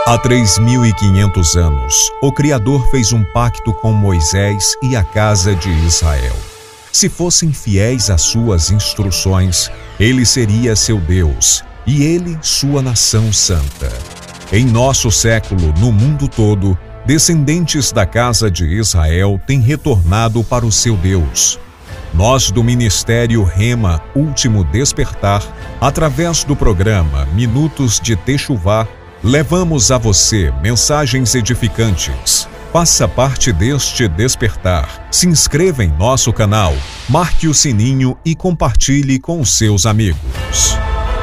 Há 3.500 anos, o Criador fez um pacto com Moisés e a casa de Israel. Se fossem fiéis às suas instruções, ele seria seu Deus e ele sua nação santa. Em nosso século, no mundo todo, descendentes da casa de Israel têm retornado para o seu Deus. Nós do Ministério Rema Último Despertar, através do programa Minutos de Techuvá, levamos a você mensagens edificantes. Faça parte deste despertar. Se inscreva em nosso canal, marque o sininho e compartilhe com os seus amigos.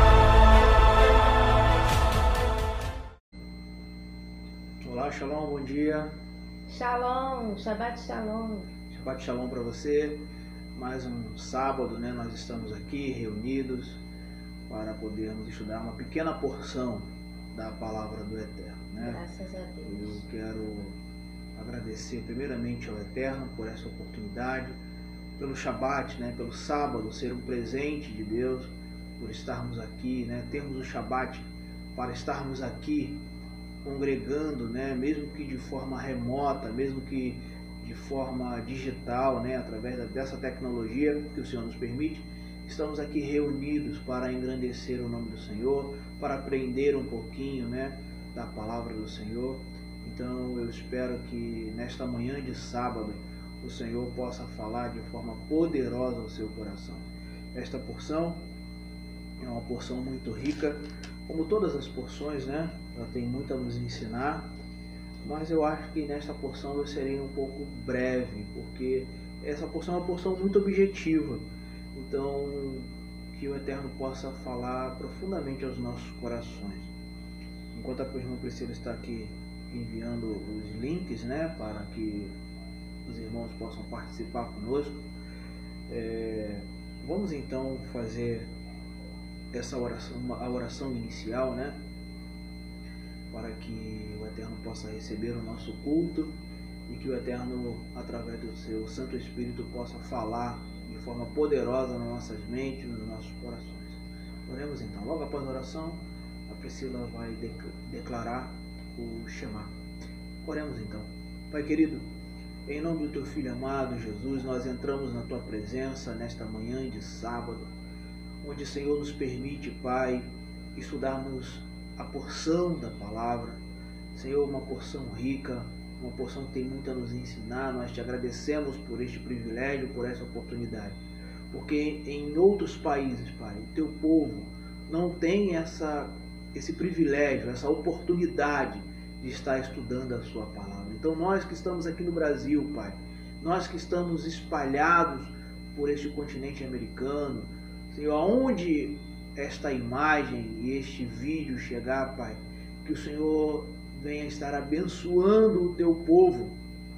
Olá, Shalom, bom dia. Shalom, Shabbat Shalom. Shabbat Shalom para você. Mais um sábado, né? Nós estamos aqui reunidos para podermos estudar uma pequena porção da Palavra do Eterno, né? Graças a Deus. Eu quero agradecer primeiramente ao Eterno por essa oportunidade, pelo Shabat, né? Pelo sábado ser um presente de Deus, por estarmos aqui, né? Termos o Shabat para estarmos aqui congregando, né? Mesmo que de forma remota, mesmo que de forma digital, né? Através dessa tecnologia que o Senhor nos permite, estamos aqui reunidos para engrandecer o nome do Senhor, para aprender um pouquinho, né, da palavra do Senhor. Então eu espero que nesta manhã de sábado o Senhor possa falar de forma poderosa ao seu coração. Esta porção é uma porção muito rica, como todas as porções, né? Ela tem muito a nos ensinar, mas eu acho que nesta porção eu serei um pouco breve, porque essa porção é uma porção muito objetiva. Então, que o Eterno possa falar profundamente aos nossos corações. Enquanto a irmã Priscila está aqui enviando os links, né, para que os irmãos possam participar conosco, vamos então fazer essa oração, a oração inicial, né, para que o Eterno possa receber o nosso culto e que o Eterno, através do seu Santo Espírito, possa falar de forma poderosa nas nossas mentes e nos nossos corações. Oremos então. Logo após a oração, a Priscila vai declarar o Shema. Oremos então. Pai querido, em nome do teu Filho amado Jesus, nós entramos na tua presença nesta manhã de sábado, onde o Senhor nos permite, Pai, estudarmos a porção da palavra. Senhor, uma porção rica, uma porção que tem muito a nos ensinar. Nós te agradecemos por este privilégio, por essa oportunidade. Porque em outros países, Pai, o teu povo não tem esse privilégio, essa oportunidade de estar estudando a sua palavra. Então nós que estamos aqui no Brasil, Pai, nós que estamos espalhados por este continente americano, Senhor, aonde esta imagem e este vídeo chegar, Pai, que o Senhor venha estar abençoando o teu povo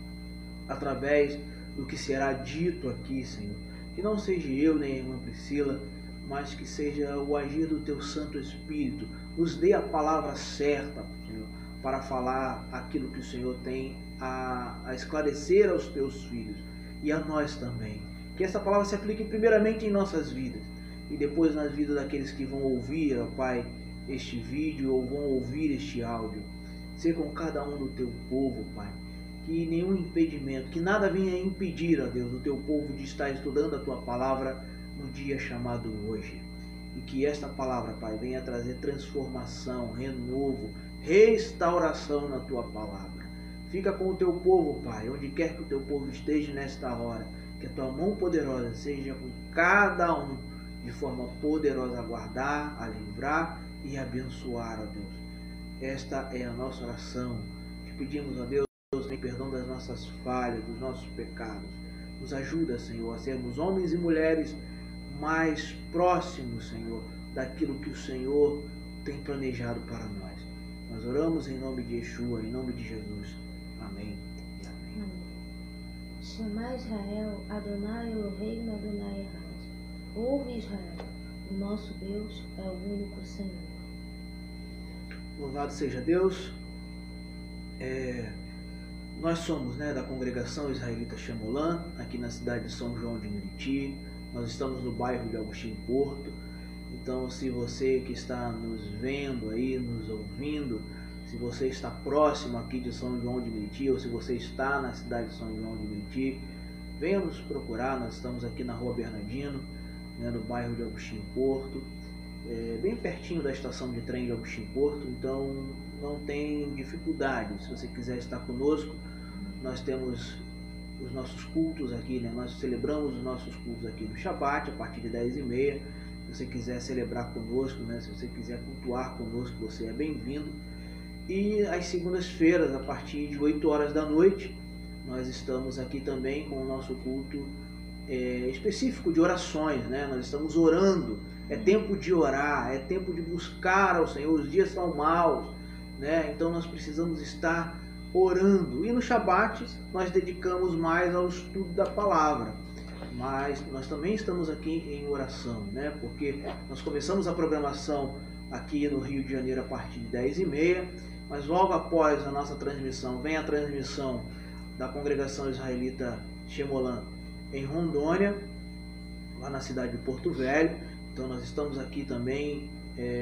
através do que será dito aqui, Senhor. Que não seja eu nem a irmã Priscila, mas que seja o agir do teu Santo Espírito. Nos dê a palavra certa, Senhor, para falar aquilo que o Senhor tem a esclarecer aos teus filhos e a nós também. Que essa palavra se aplique primeiramente em nossas vidas e depois nas vidas daqueles que vão ouvir, ó Pai, este vídeo ou vão ouvir este áudio. Ser com cada um do teu povo, Pai, que nenhum impedimento, que nada venha impedir, ó Deus, o teu povo de estar estudando a tua palavra no dia chamado hoje. E que esta palavra, Pai, venha trazer transformação, renovo, restauração na tua palavra. Fica com o teu povo, Pai, onde quer que o teu povo esteja nesta hora, que a tua mão poderosa seja com cada um, de forma poderosa a guardar, a livrar e abençoar, ó Deus. Esta é a nossa oração. Te pedimos, ó Deus, em perdão das nossas falhas, dos nossos pecados. Nos ajuda, Senhor, a sermos homens e mulheres mais próximos, Senhor, daquilo que o Senhor tem planejado para nós. Nós oramos em nome de Yeshua, em nome de Jesus. Amém e amém. Shema Israel, Adonai Eloheinu, Adonai Echad. Ouve Israel, o nosso Deus é o único Senhor. Louvado seja Deus. Nós somos, né, da congregação israelita Chamolã, aqui na cidade de São João de Meriti. Nós estamos no bairro de Agostinho Porto. Então, se você que está nos vendo aí, nos ouvindo, Se você está próximo aqui de São João de Meriti, ou se você está na cidade de São João de Meriti, venha nos procurar. Nós estamos aqui na Rua Bernardino, né, no bairro de Agostinho Porto, bem pertinho da estação de trem de Agostinho Porto, então não tem dificuldade. Se você quiser estar conosco, nós temos os nossos cultos aqui, né? Nós celebramos os nossos cultos aqui no Shabat a partir de 10h30. Se você quiser celebrar conosco, né? Se você quiser cultuar conosco, você é bem-vindo. E às segundas-feiras, a partir de 8 horas da noite, nós estamos aqui também com o nosso culto específico de orações, né? Nós estamos orando. É tempo de orar, é tempo de buscar ao Senhor. Os dias são maus, né? Então nós precisamos estar orando. E no Shabat nós dedicamos mais ao estudo da palavra. Mas nós também estamos aqui em oração, né? Porque nós começamos a programação aqui no Rio de Janeiro a partir de 10h30, mas logo após a nossa transmissão vem a transmissão da Congregação Israelita Shemolan em Rondônia, lá na cidade de Porto Velho. Então nós estamos aqui também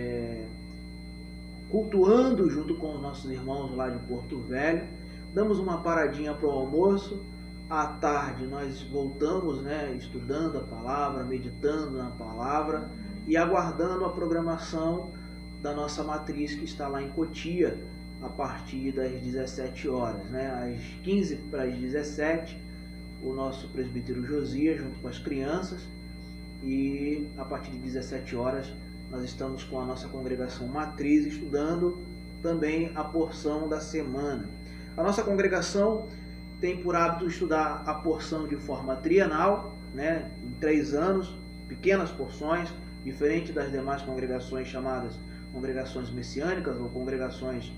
cultuando junto com os nossos irmãos lá de Porto Velho. Damos uma paradinha para o almoço. À tarde nós voltamos, né, estudando a palavra, meditando na palavra e aguardando a programação da nossa matriz que está lá em Cotia a partir das 17 horas, né? Às 15 para as 17, o nosso presbítero Josias junto com as crianças, e a partir de 17 horas nós estamos com a nossa congregação matriz estudando também a porção da semana. A nossa congregação tem por hábito estudar a porção de forma trienal, né, em 3 anos, pequenas porções, diferente das demais congregações chamadas congregações messiânicas ou congregações,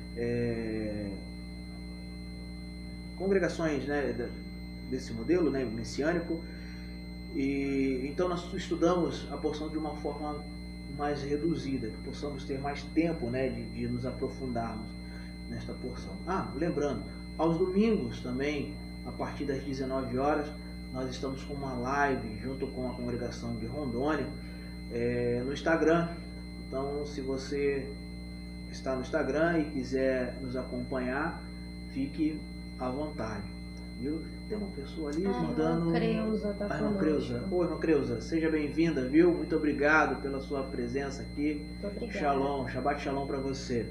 né, desse modelo, né, messiânico. E então nós estudamos a porção de uma forma mais reduzida, que possamos ter mais tempo, né, de nos aprofundarmos nesta porção. Lembrando, aos domingos também, a partir das 19 horas, nós estamos com uma live junto com a congregação de Rondônia no Instagram. Então, se você está no Instagram e quiser nos acompanhar, fique à vontade. Viu? Tem uma pessoa ali mandando... Creuza tá irmã Creuza. Oi, irmã Creuza, seja bem-vinda, viu? Muito obrigado pela sua presença aqui. Muito obrigada. Shalom, Shabbat Shalom para você.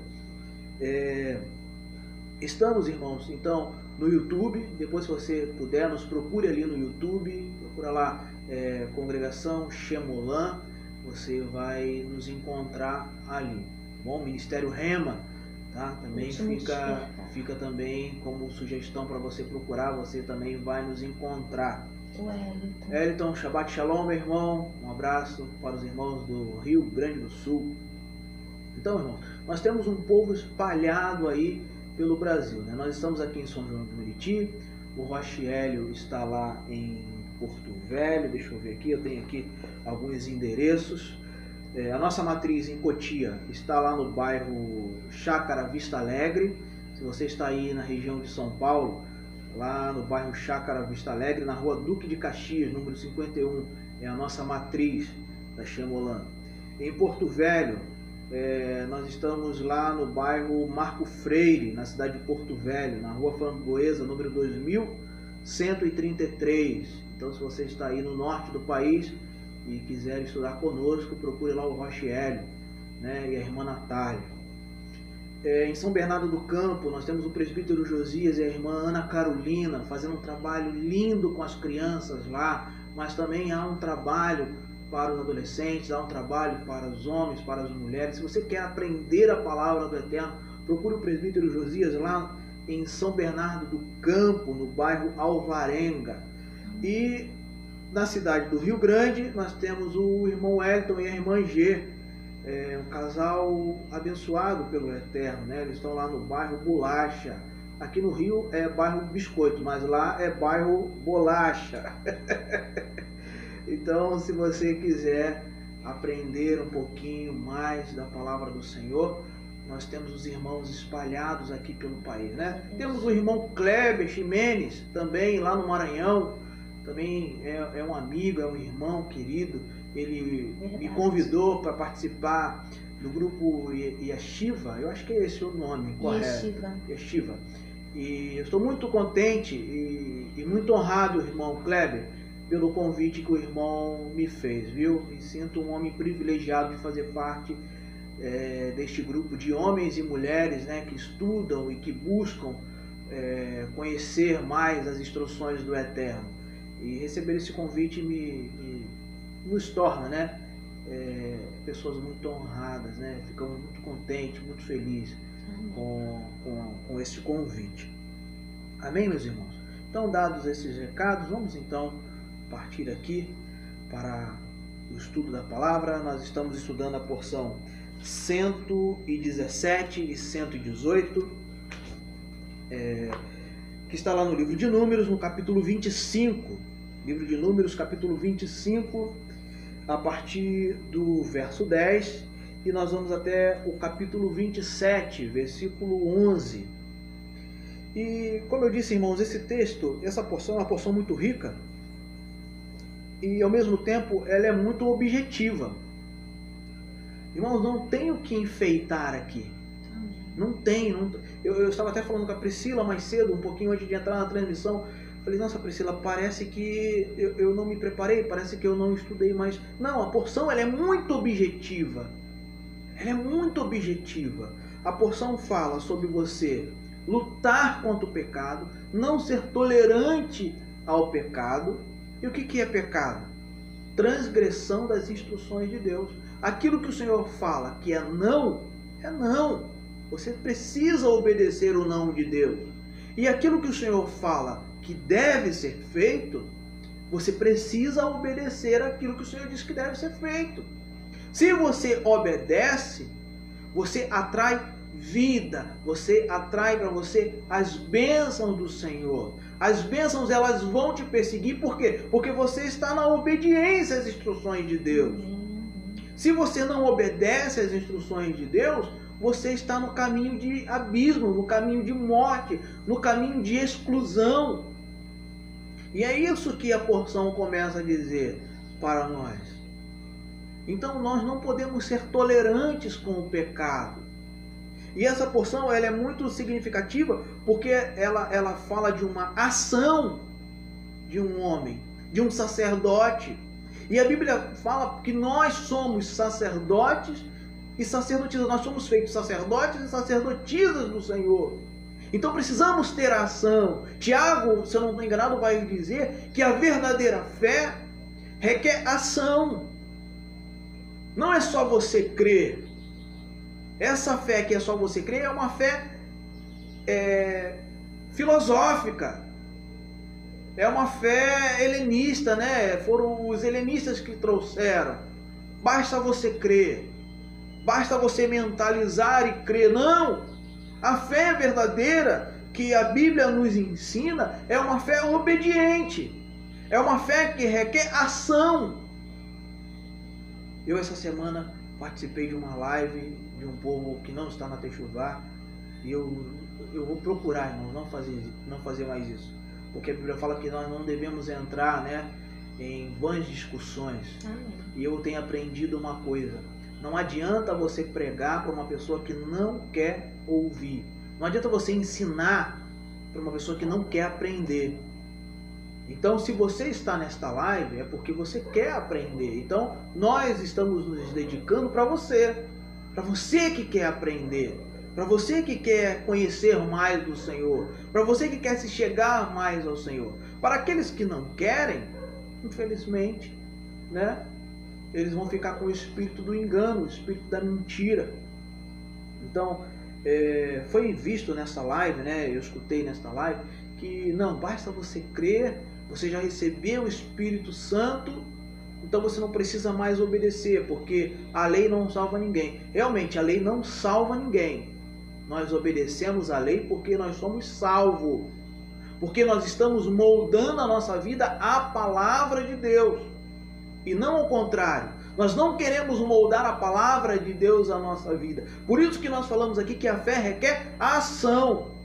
Estamos, irmãos, então, no YouTube. Depois, se você puder, nos procure ali no YouTube. Procura lá, Congregação Shemolan. Você vai nos encontrar ali. Bom, Ministério Rema, tá? Também fica também como sugestão para você procurar. Você também vai nos encontrar. O Eliton, Shabbat Shalom, meu irmão. Um abraço para os irmãos do Rio Grande do Sul. Então, irmãos, nós temos um povo espalhado aí pelo Brasil, né? Nós estamos aqui em São João de Meriti. O Rochiélio está lá em Porto Velho. Deixa eu ver aqui, eu tenho aqui alguns endereços. A nossa matriz em Cotia está lá no bairro Chácara Vista Alegre. Se você está aí na região de São Paulo, lá no bairro Chácara Vista Alegre, na rua Duque de Caxias, número 51, é a nossa matriz da Shemolan. Em Porto Velho, nós estamos lá no bairro Marco Freire, na cidade de Porto Velho, na rua Framboesa, número 2133. Então, se você está aí no norte do país e quiser estudar conosco, procure lá o Rochiélio, né, e a irmã Natália. Em São Bernardo do Campo, nós temos o presbítero Josias e a irmã Ana Carolina fazendo um trabalho lindo com as crianças lá, mas também há um trabalho para os adolescentes, há um trabalho para os homens, para as mulheres. Se você quer aprender a palavra do Eterno, procure o presbítero Josias lá em São Bernardo do Campo, no bairro Alvarenga. E na cidade do Rio Grande, nós temos o irmão Elton e a irmã G, um casal abençoado pelo Eterno, né? Eles estão lá no bairro Bolacha. Aqui no Rio é bairro Biscoito, mas lá é bairro Bolacha. Então, se você quiser aprender um pouquinho mais da palavra do Senhor, nós temos os irmãos espalhados aqui pelo país, né? Temos o irmão Kleber Ximenes, também lá no Maranhão. Também é um amigo, é um irmão querido. Ele me convidou para participar do grupo Yeshiva, eu acho que é esse o nome correto. Yeshiva. E eu estou muito contente e muito honrado, irmão Kleber, pelo convite que o irmão me fez, viu? Me sinto um homem privilegiado de fazer parte deste grupo de homens e mulheres, né, que estudam e que buscam conhecer mais as instruções do Eterno. E receber esse convite nos torna, né, pessoas muito honradas, né? Ficamos muito contentes, muito felizes com esse convite. Amém, meus irmãos? Então, dados esses recados, vamos então partir aqui para o estudo da palavra. Nós estamos estudando a porção 117 e 118, que está lá no livro de Números, no capítulo 25. Livro de Números, capítulo 25, a partir do verso 10, e nós vamos até o capítulo 27, versículo 11. E, como eu disse, irmãos, esse texto, essa porção é uma porção muito rica, e ao mesmo tempo ela é muito objetiva. Irmãos, não tem o que enfeitar aqui. Não tem. Eu estava até falando com a Priscila mais cedo, um pouquinho antes de entrar na transmissão. Falei, nossa, Priscila, parece que eu não me preparei, parece que eu não estudei mais. Não, a porção ela é muito objetiva. Ela é muito objetiva. A porção fala sobre você lutar contra o pecado, não ser tolerante ao pecado. E o que é pecado? Transgressão das instruções de Deus. Aquilo que o Senhor fala que é não, é não. Você precisa obedecer o não de Deus. E aquilo que o Senhor fala que deve ser feito, você precisa obedecer aquilo que o Senhor diz que deve ser feito. Se você obedece, você atrai vida, você atrai para você as bênçãos do Senhor. As bênçãos, elas vão te perseguir, por quê? Porque você está na obediência às instruções de Deus. Se você não obedece às instruções de Deus, você está no caminho de abismo, no caminho de morte, no caminho de exclusão. E é isso que a porção começa a dizer para nós. Então nós não podemos ser tolerantes com o pecado. E essa porção ela é muito significativa porque ela fala de uma ação de um homem, de um sacerdote. E a Bíblia fala que nós somos sacerdotes e sacerdotisas. Nós somos feitos sacerdotes e sacerdotisas do Senhor. Então precisamos ter ação. Tiago, se eu não estou enganado, vai dizer que a verdadeira fé requer ação. Não é só você crer. Essa fé que é só você crer é uma fé filosófica. É uma fé helenista, né? Foram os helenistas que trouxeram. Basta você crer. Basta você mentalizar e crer. Não! A fé verdadeira que a Bíblia nos ensina é uma fé obediente. É uma fé que requer ação. Eu essa semana participei de uma live de um povo que não está na Techuvá. E eu vou procurar, irmãos, não fazer mais isso. Porque a Bíblia fala que nós não devemos entrar, né, em vãs discussões. E eu tenho aprendido uma coisa. Não adianta você pregar para uma pessoa que não quer ouvir. Não adianta você ensinar para uma pessoa que não quer aprender. Então, se você está nesta live, é porque você quer aprender. Então, nós estamos nos dedicando para você que quer aprender, para você que quer conhecer mais do Senhor, para você que quer se chegar mais ao Senhor. Para aqueles que não querem, infelizmente, né, eles vão ficar com o espírito do engano, o espírito da mentira. Então, foi visto nessa live, né, eu escutei nesta live, que não basta você crer, você já recebeu o Espírito Santo, então você não precisa mais obedecer, porque a lei não salva ninguém. Realmente, a lei não salva ninguém. Nós obedecemos a lei porque nós somos salvos, porque nós estamos moldando a nossa vida à palavra de Deus, e não ao contrário. Nós não queremos moldar a palavra de Deus à nossa vida. Por isso que nós falamos aqui que a fé requer ação.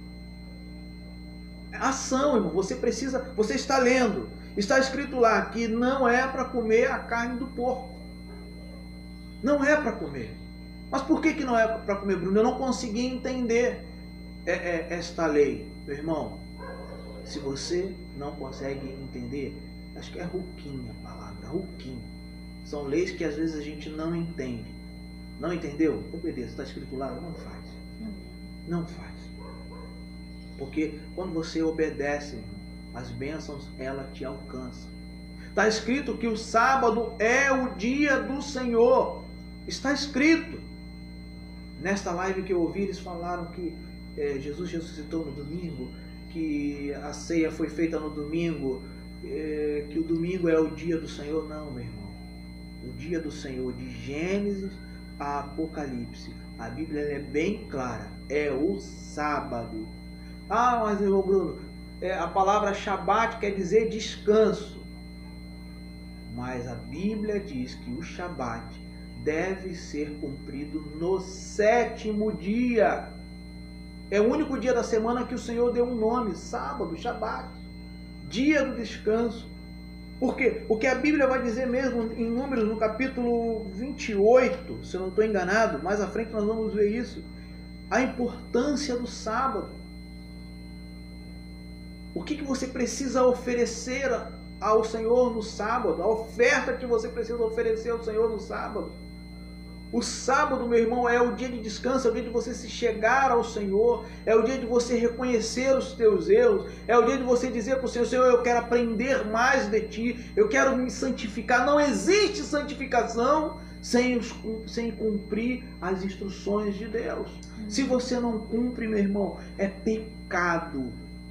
Ação, irmão. Você está lendo. Está escrito lá que não é para comer a carne do porco. Não é para comer. Mas por que não é para comer, Bruno? Eu não consegui entender esta lei. Meu irmão, se você não consegue entender, acho que é ruquinha a palavra, ruquinha. São leis que às vezes a gente não entende. Não entendeu? Obedeça, está escrito lá, não faz. Não faz. Porque quando você obedece, as bênçãos, ela te alcançam. Está escrito que o sábado é o dia do Senhor. Está escrito. Nesta live que eu ouvi, eles falaram que Jesus ressuscitou no domingo, que a ceia foi feita no domingo, que o domingo é o dia do Senhor. Não, meu irmão. O dia do Senhor, de Gênesis a Apocalipse, a Bíblia é bem clara, é o sábado. Ah, mas irmão Bruno, a palavra Shabat quer dizer descanso. Mas a Bíblia diz que o Shabat deve ser cumprido no 7º dia. É o único dia da semana que o Senhor deu um nome, sábado, Shabat, dia do descanso. Porque o que a Bíblia vai dizer mesmo em Números, no capítulo 28, se eu não estou enganado, mais à frente nós vamos ver isso, a importância do sábado. O que você precisa oferecer ao Senhor no sábado, a oferta que você precisa oferecer ao Senhor no sábado. O sábado, meu irmão, é o dia de descanso, é o dia de você se chegar ao Senhor, é o dia de você reconhecer os teus erros, é o dia de você dizer para o Senhor: Senhor, eu quero aprender mais de Ti, eu quero me santificar. Não existe santificação sem cumprir as instruções de Deus. Se você não cumpre, meu irmão, é pecado,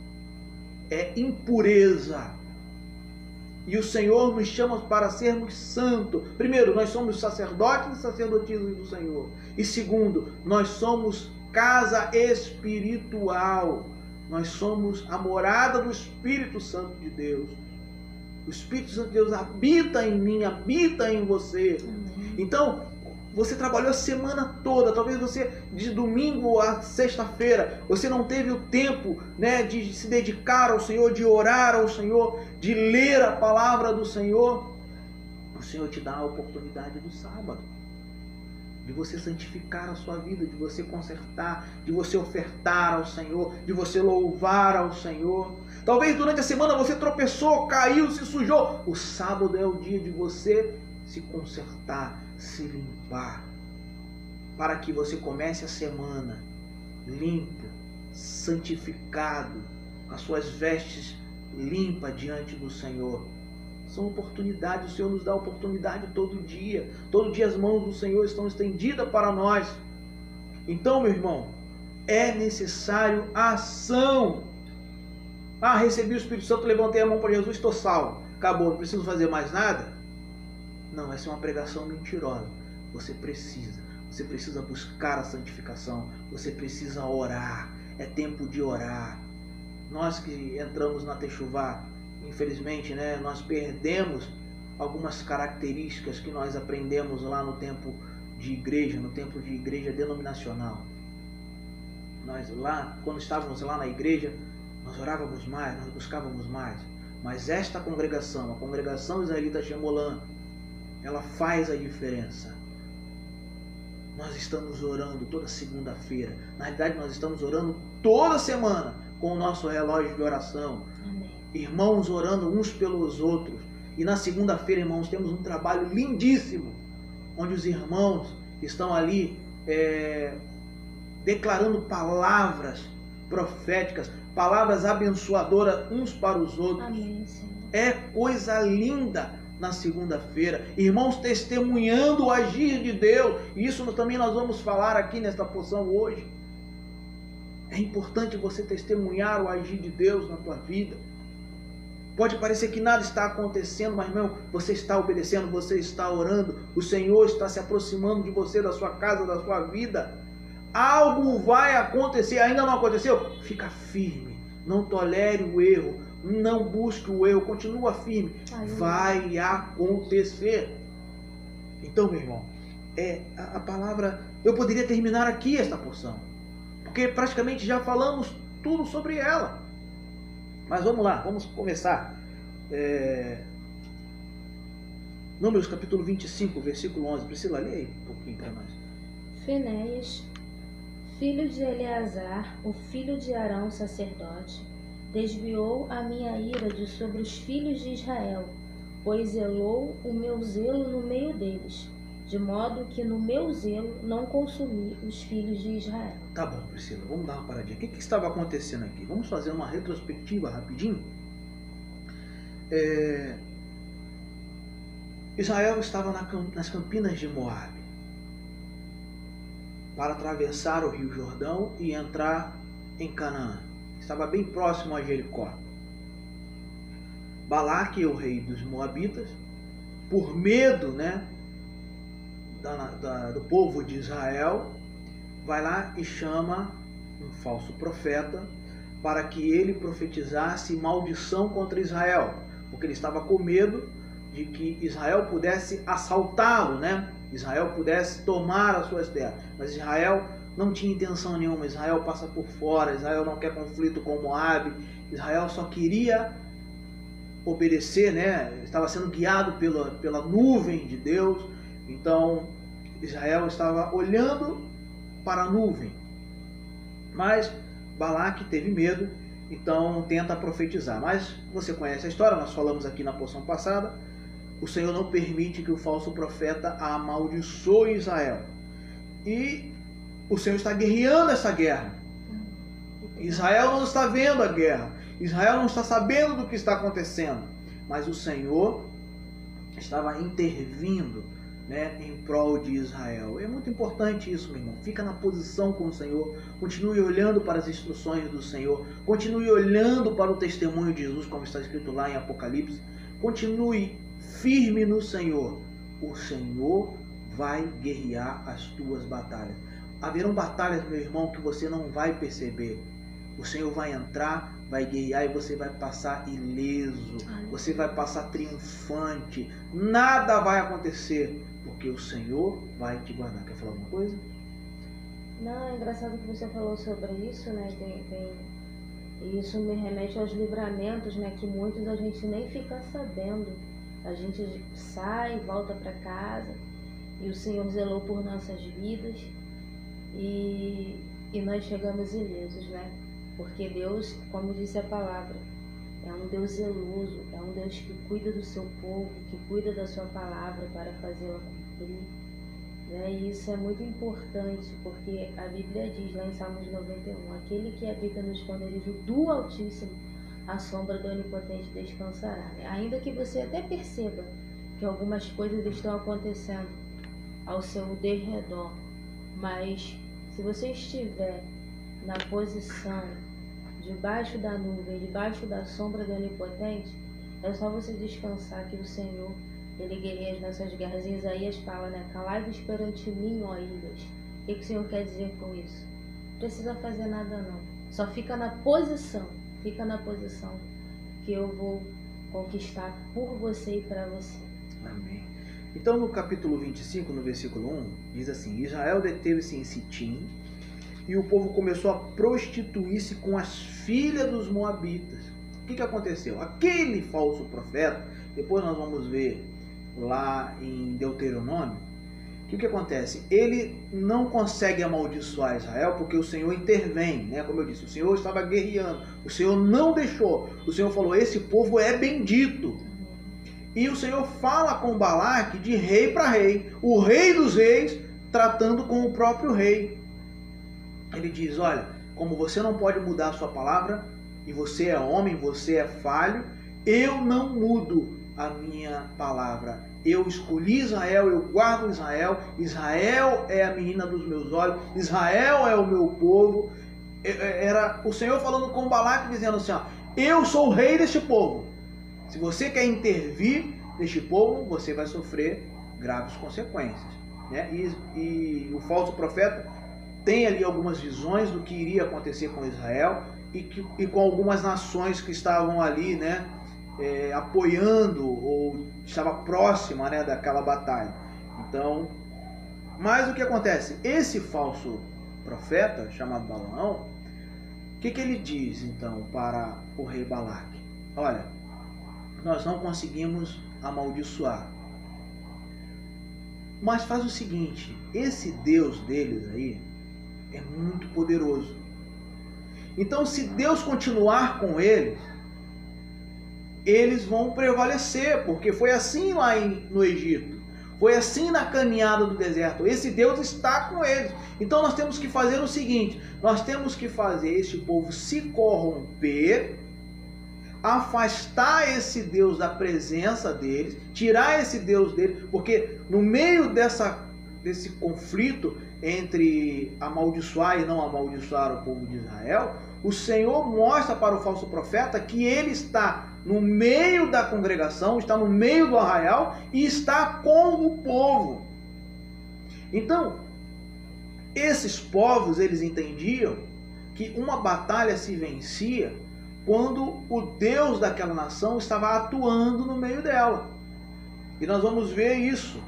é impureza. E o Senhor nos chama para sermos santos. Primeiro, nós somos sacerdotes e sacerdotisas do Senhor. E segundo, nós somos casa espiritual. Nós somos a morada do Espírito Santo de Deus. O Espírito Santo de Deus habita em mim, habita em você. Então, você trabalhou a semana toda, talvez você de domingo a sexta-feira, você não teve o tempo, né, de se dedicar ao Senhor, de orar ao Senhor, de ler a palavra do Senhor. O Senhor te dá a oportunidade do sábado, de você santificar a sua vida, de você consertar, de você ofertar ao Senhor, de você louvar ao Senhor. Talvez durante a semana você tropeçou, caiu, se sujou. O sábado é o dia de você se consertar, se limpar, para que você comece a semana limpo, santificado, com as suas vestes limpas diante do Senhor. São oportunidades, o Senhor nos dá oportunidade todo dia. Todo dia as mãos do Senhor estão estendidas para nós. Então, meu irmão, é necessário ação. Ah, recebi o Espírito Santo, levantei a mão para Jesus, estou salvo. Acabou, não preciso fazer mais nada? Não, essa é uma pregação mentirosa. Você precisa buscar a santificação, você precisa orar, é tempo de orar. Nós que entramos na Techuvá, infelizmente, né, nós perdemos algumas características que nós aprendemos lá no tempo de igreja, no tempo de igreja denominacional. Nós lá, quando estávamos lá na igreja, nós orávamos mais, nós buscávamos mais. Mas esta congregação, a congregação israelita Shemolã, ela faz a diferença. Nós estamos orando toda segunda-feira. Na realidade, nós estamos orando toda semana com o nosso relógio de oração. Amém. Irmãos orando uns pelos outros. E na segunda-feira, irmãos, temos um trabalho lindíssimo, onde os irmãos estão ali declarando palavras proféticas, palavras abençoadoras uns para os outros. Amém, Senhor. É coisa linda. Na segunda-feira, irmãos testemunhando o agir de Deus. Isso também nós vamos falar aqui nesta porção hoje. É importante você testemunhar o agir de Deus na tua vida. Pode parecer que nada está acontecendo, mas irmão, você está obedecendo, você está orando, o Senhor está se aproximando de você, da sua casa, da sua vida. Algo vai acontecer, ainda não aconteceu? Fica firme, não tolere o erro. Não busque o erro, continua firme. Vai acontecer. Então, meu irmão, a palavra... Eu poderia terminar aqui esta porção, porque praticamente já falamos tudo sobre ela. Mas vamos lá, vamos começar. Números capítulo 25, versículo 11. Priscila, lê aí um pouquinho para nós. Finéias, filho de Eleazar, o filho de Arão, sacerdote, desviou a minha ira de sobre os filhos de Israel, pois zelou o meu zelo no meio deles, de modo que no meu zelo não consumi os filhos de Israel. Tá bom, Priscila, vamos dar uma paradinha. O que estava acontecendo aqui? Vamos fazer uma retrospectiva rapidinho. Israel estava nas campinas de Moabe para atravessar o rio Jordão e entrar em Canaã. Estava bem próximo a Jericó. Balaque, o rei dos Moabitas, por medo, do povo de Israel, vai lá e chama um falso profeta para que ele profetizasse maldição contra Israel, porque ele estava com medo de que Israel pudesse assaltá-lo, Israel pudesse tomar as suas terras. Mas Israel não tinha intenção nenhuma. Israel passa por fora. Israel não quer conflito com Moabe. Israel só queria obedecer, Estava sendo guiado pela nuvem de Deus. Então Israel estava olhando para a nuvem. Mas Balaque teve medo, então tenta profetizar. Mas você conhece a história, nós falamos aqui na porção passada. O Senhor não permite que o falso profeta amaldiçoe Israel. E o Senhor está guerreando essa guerra. Israel não está vendo a guerra. Israel não está sabendo do que está acontecendo. Mas o Senhor estava intervindo, em prol de Israel. É muito importante isso, meu irmão. Fica na posição com o Senhor. Continue olhando para as instruções do Senhor. Continue olhando para o testemunho de Jesus, como está escrito lá em Apocalipse. Continue firme no Senhor. O Senhor vai guerrear as tuas batalhas. Haverão batalhas, meu irmão, que você não vai perceber. O Senhor vai entrar, vai guerrear e você vai passar ileso. Você vai passar triunfante. Nada vai acontecer, porque o Senhor vai te guardar. Quer falar alguma coisa? Não, é engraçado que você falou sobre isso, E isso me remete aos livramentos, que muitos a gente nem fica sabendo. A gente sai, volta para casa e o Senhor zelou por nossas vidas e nós chegamos ilesos, Porque Deus, como disse a palavra, é um Deus zeloso, é um Deus que cuida do seu povo, que cuida da sua palavra para fazê-la cumprir. E isso é muito importante, porque a Bíblia diz lá em Salmos 91, aquele que habita no esconderijo do Altíssimo, a sombra do Onipotente descansará. Ainda que você até perceba que algumas coisas estão acontecendo ao seu derredor, mas se você estiver na posição debaixo da nuvem, debaixo da sombra do Onipotente, é só você descansar que o Senhor, Ele guerreia as nossas guerras. E Isaías fala, calai-vos perante mim, ó ilhas. O que o Senhor quer dizer com isso? Não precisa fazer nada não. Só fica na posição que eu vou conquistar por você e para você. Amém. Então no capítulo 25, no versículo 1, diz assim: Israel deteve-se em Sitim, e o povo começou a prostituir-se com as filhas dos moabitas. O que aconteceu? Aquele falso profeta, depois nós vamos ver lá em Deuteronômio, o que acontece? Ele não consegue amaldiçoar Israel porque o Senhor intervém, Como eu disse, o Senhor estava guerreando, o Senhor não deixou, o Senhor falou, esse povo é bendito. E o Senhor fala com Balaque de rei para rei, o rei dos reis tratando com o próprio rei. Ele diz, olha, como você não pode mudar a sua palavra, e você é homem, você é falho, eu não mudo a minha palavra. Eu escolhi Israel, eu guardo Israel, Israel é a menina dos meus olhos, Israel é o meu povo. Era o Senhor falando com Balaque, dizendo assim, eu sou o rei deste povo. Se você quer intervir neste povo, você vai sofrer graves consequências. E o falso profeta tem ali algumas visões do que iria acontecer com Israel e com algumas nações que estavam ali, apoiando ou estava próxima, daquela batalha. Então, mas o que acontece? Esse falso profeta, chamado Balaão, o que ele diz então para o rei Balaque? Olha, nós não conseguimos amaldiçoar. Mas faz o seguinte, esse Deus deles aí é muito poderoso. Então, se Deus continuar com eles, eles vão prevalecer, porque foi assim lá no Egito. Foi assim na caminhada do deserto. Esse Deus está com eles. Então nós temos que fazer o seguinte, nós temos que fazer este povo se corromper, afastar esse Deus da presença deles, tirar esse Deus deles, porque no meio desse conflito entre amaldiçoar e não amaldiçoar o povo de Israel, o Senhor mostra para o falso profeta que ele está no meio da congregação, está no meio do arraial e está com o povo. Então, esses povos, eles entendiam que uma batalha se vencia quando o Deus daquela nação estava atuando no meio dela. E nós vamos ver isso.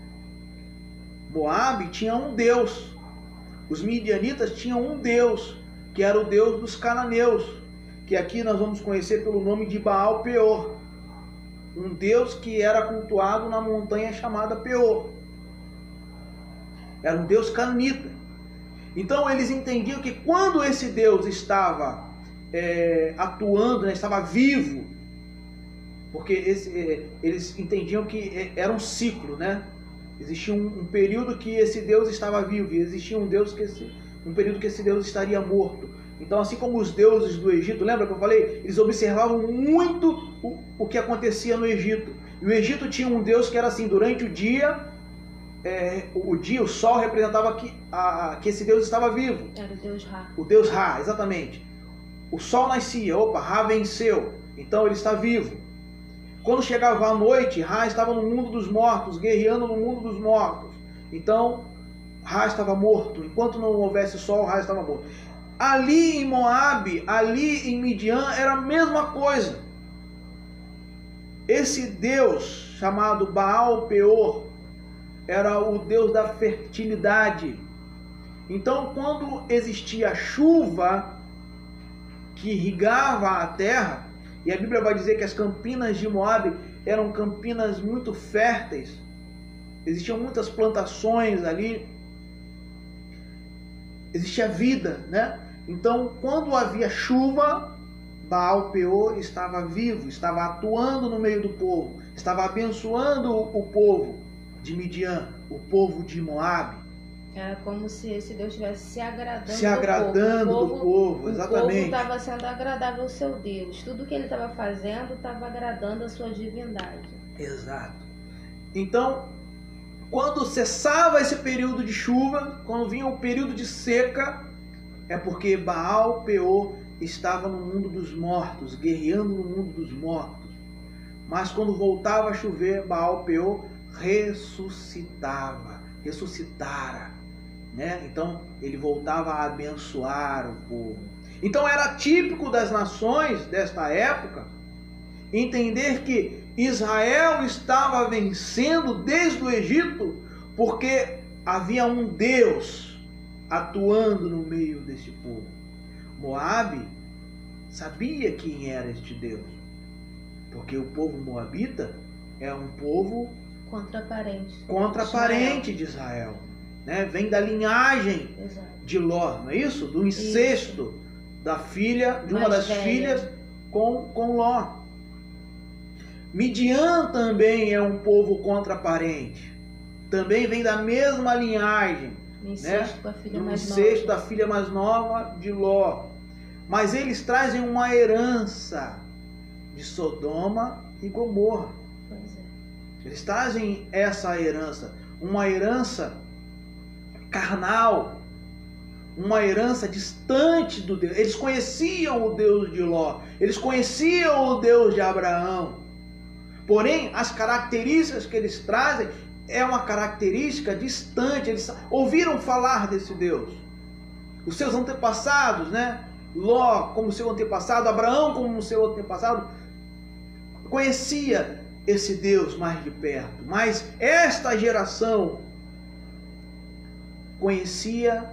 Moabe tinha um Deus. Os midianitas tinham um Deus, que era o Deus dos cananeus, que aqui nós vamos conhecer pelo nome de Baal Peor. Um Deus que era cultuado na montanha chamada Peor. Era um Deus cananita. Então eles entendiam que quando esse Deus estava atuando, né, estava vivo, porque eles entendiam que era um ciclo, né? Existia um período que esse Deus estava vivo e existia um período que esse Deus estaria morto. Então, assim como os deuses do Egito, lembra que eu falei? Eles observavam muito o que acontecia no Egito. E o Egito tinha um Deus que era assim, durante o dia, o sol representava que esse Deus estava vivo. Era o Deus Ra. O Deus Ra, exatamente. O sol nascia, Ra venceu, então ele está vivo. Quando chegava a noite, Ra estava no mundo dos mortos, guerreando no mundo dos mortos. Então, Ra estava morto. Enquanto não houvesse sol, Ra estava morto. Ali em Moabe, ali em Midian, era a mesma coisa. Esse Deus chamado Baal Peor era o Deus da fertilidade. Então, quando existia chuva que irrigava a terra, e a Bíblia vai dizer que as campinas de Moabe eram campinas muito férteis, existiam muitas plantações ali, existia vida, né? Então, quando havia chuva, Baal Peor estava vivo, estava atuando no meio do povo, estava abençoando o povo de Midian, o povo de Moabe. Era como se esse Deus estivesse se agradando do povo, exatamente. O povo estava sendo agradável ao seu Deus. Tudo que ele estava fazendo estava agradando a sua divindade. Exato. Então, quando cessava esse período de chuva, quando vinha o período de seca, é porque Baal Peor estava no mundo dos mortos, guerreando no mundo dos mortos. Mas quando voltava a chover, Baal Peor ressuscitara, né? Então ele voltava a abençoar o povo. Então era típico das nações desta época entender que Israel estava vencendo desde o Egito porque havia um Deus atuando no meio desse povo. Moabe sabia quem era este Deus, porque o povo moabita é um povo contraparente de Israel, né? Vem da linhagem de Ló, não é isso? Do incesto da filha, de uma das filhas com Ló. Midian também é um povo contraparente, também vem da mesma linhagem, incesto, né? Da filha mais nova de Ló. Mas eles trazem uma herança de Sodoma e Gomorra. Eles trazem essa herança, uma herança carnal, uma herança distante do Deus. Eles conheciam o Deus de Ló, eles conheciam o Deus de Abraão. Porém, as características que eles trazem é uma característica distante. Eles ouviram falar desse Deus. Os seus antepassados, né? Ló como seu antepassado, Abraão como seu antepassado, conhecia esse Deus mais de perto. Mas esta geração conhecia,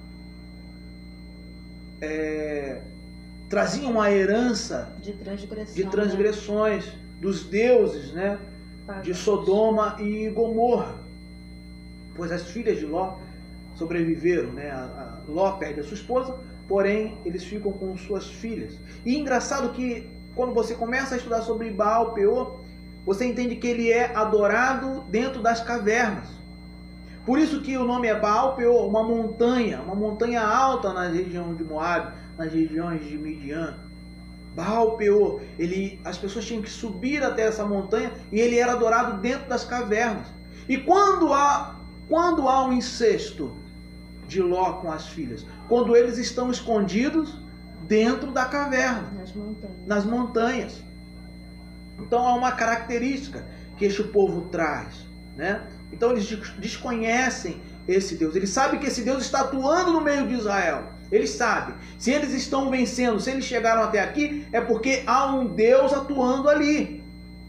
trazia uma herança de transgressões, né? Dos deuses, né? De Sodoma e Gomorra. pois as filhas de Ló sobreviveram, né? Ló perde a sua esposa, porém eles ficam com suas filhas. E engraçado que quando você começa a estudar sobre Baal Peor, você entende que ele é adorado dentro das cavernas. Por isso que o nome é Baal Peor, uma montanha alta na região de Moab, nas regiões de Midian. Baal Peor, as pessoas tinham que subir até essa montanha e ele era adorado dentro das cavernas. E quando há um incesto de Ló com as filhas? Quando eles estão escondidos dentro da caverna, nas montanhas. Então há uma característica que este povo traz, né? Então eles desconhecem esse Deus. Eles sabem que esse Deus está atuando no meio de Israel. Eles sabem. Se eles estão vencendo, se eles chegaram até aqui, é porque há um Deus atuando ali.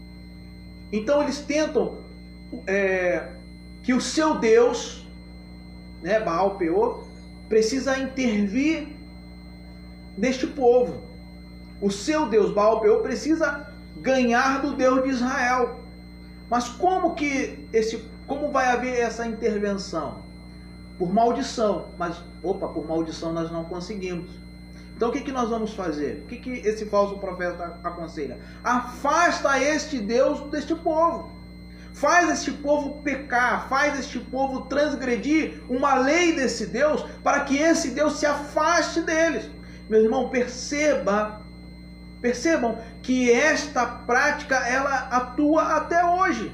Então eles tentam que o seu Deus, né, Baal Peor, precisa intervir neste povo. O seu Deus, Baal Peor, precisa ganhar do Deus de Israel. Mas como vai haver essa intervenção? Por maldição. Mas, por maldição nós não conseguimos. Então o que nós vamos fazer? O que esse falso profeta aconselha? Afasta este Deus deste povo. Faz este povo pecar, faz este povo transgredir uma lei desse Deus, para que esse Deus se afaste deles. Meu irmão, percebam que esta prática ela atua até hoje.